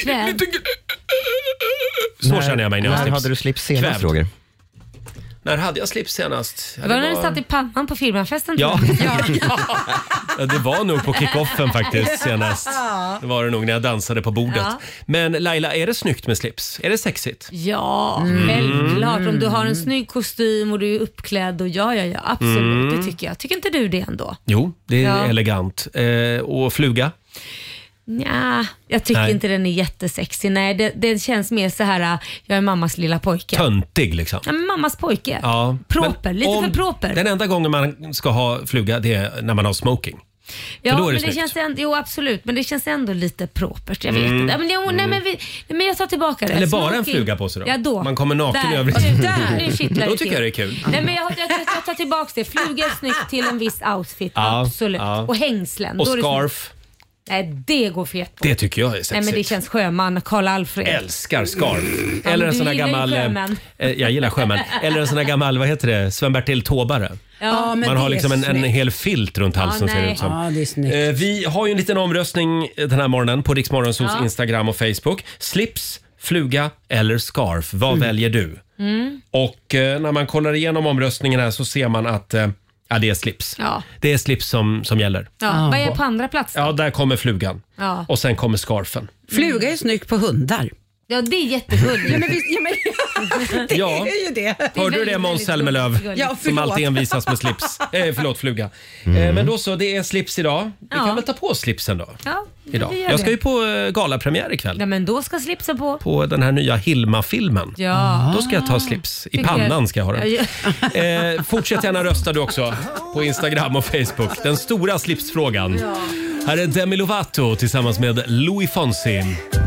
Så känner jag mig när jag har När slips. hade du slips senast, Roger? När hade jag slips senast? Det var när du satt i pannan på firmafesten. Ja. Ja, det var nog på kickoffen faktiskt senast. Det var det nog när jag dansade på bordet. Ja. Men Laila, är det snyggt med slips? Är det sexigt? Ja, självklart. Om du har en snygg kostym och du är uppklädd och ja, absolut. Det tycker jag. Tycker inte du det ändå? Jo, det är elegant. Och fluga? Ja, jag tycker inte den är jättesexig. Nej, det känns mer så här, jag är mammas lilla pojke. Töntig liksom. Ja, men mammas pojke. Ja. Proper, lite för proper. Den enda gången man ska ha fluga, det är när man har smoking. Ja, då är det men det känns ändå, jo absolut, men det känns ändå lite propert. Jag vet inte. Ja, men jag tar tillbaka det. Eller bara smoking. En fluga på sig då. Ja, då. Man kommer naken i övrigt. Då tycker jag det är kul. Nej, men jag tar tillbaka det. Fluga är snyggt till en viss outfit. Absolut. Ja. Och hängslen. Och scarf. Nej, det går fet på. Det tycker jag är sexigt. Nej, men det känns sjöman, Karl Alfred. Älskar scarf. Eller en sån här gammal... jag gillar sjömän. Eller en sån här gammal, vad heter det? Sven-Bertil Tåbare. Ja, man har liksom en hel filt runt halsen ser det ut som. Ja, det är snyggt. Vi har ju en liten omröstning den här morgonen på Rix Morgonzoos Instagram och Facebook. Slips, fluga eller scarf? Vad väljer du? Och när man kollar igenom omröstningen här så ser man att det är slips. Ja. Det är slips som gäller. Ja. Vad är på andra plats? Ja, där kommer flugan. Ja. Och sen kommer scarfen. Fluga är snyggt på hundar. Ja, det är jättegulligt. Det är ju det. Hörde du det, Måns Zelmerlöw? Som alltid envisas med slips. Fluga. Men då så, det är slips idag. Vi kan väl ta på slipsen då? Ja, idag. Jag ska ju på galapremiär ikväll. Ja, men då ska slipsen på. På den här nya Hilma-filmen. Ja. Då ska jag ta slips. I pannan ska jag ha den. Fortsätt gärna rösta du också på Instagram och Facebook. Den stora slipsfrågan. Ja. Här är Demi Lovato tillsammans med Louis Fonsi.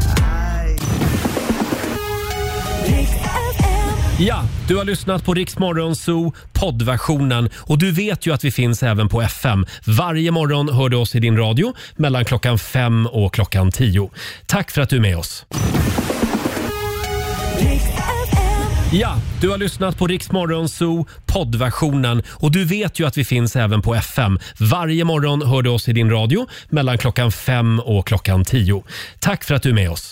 Ja, du har lyssnat på Rix Morgonzoo poddversionen och du vet ju att vi finns även på FM. Varje morgon hör du oss i din radio mellan klockan 5 och klockan 10. Tack för att du är med oss. Ja, du har lyssnat på Rix Morgonzoo poddversionen och du vet ju att vi finns även på FM. Varje morgon hör du oss i din radio mellan klockan 5 och klockan 10. Tack för att du är med oss.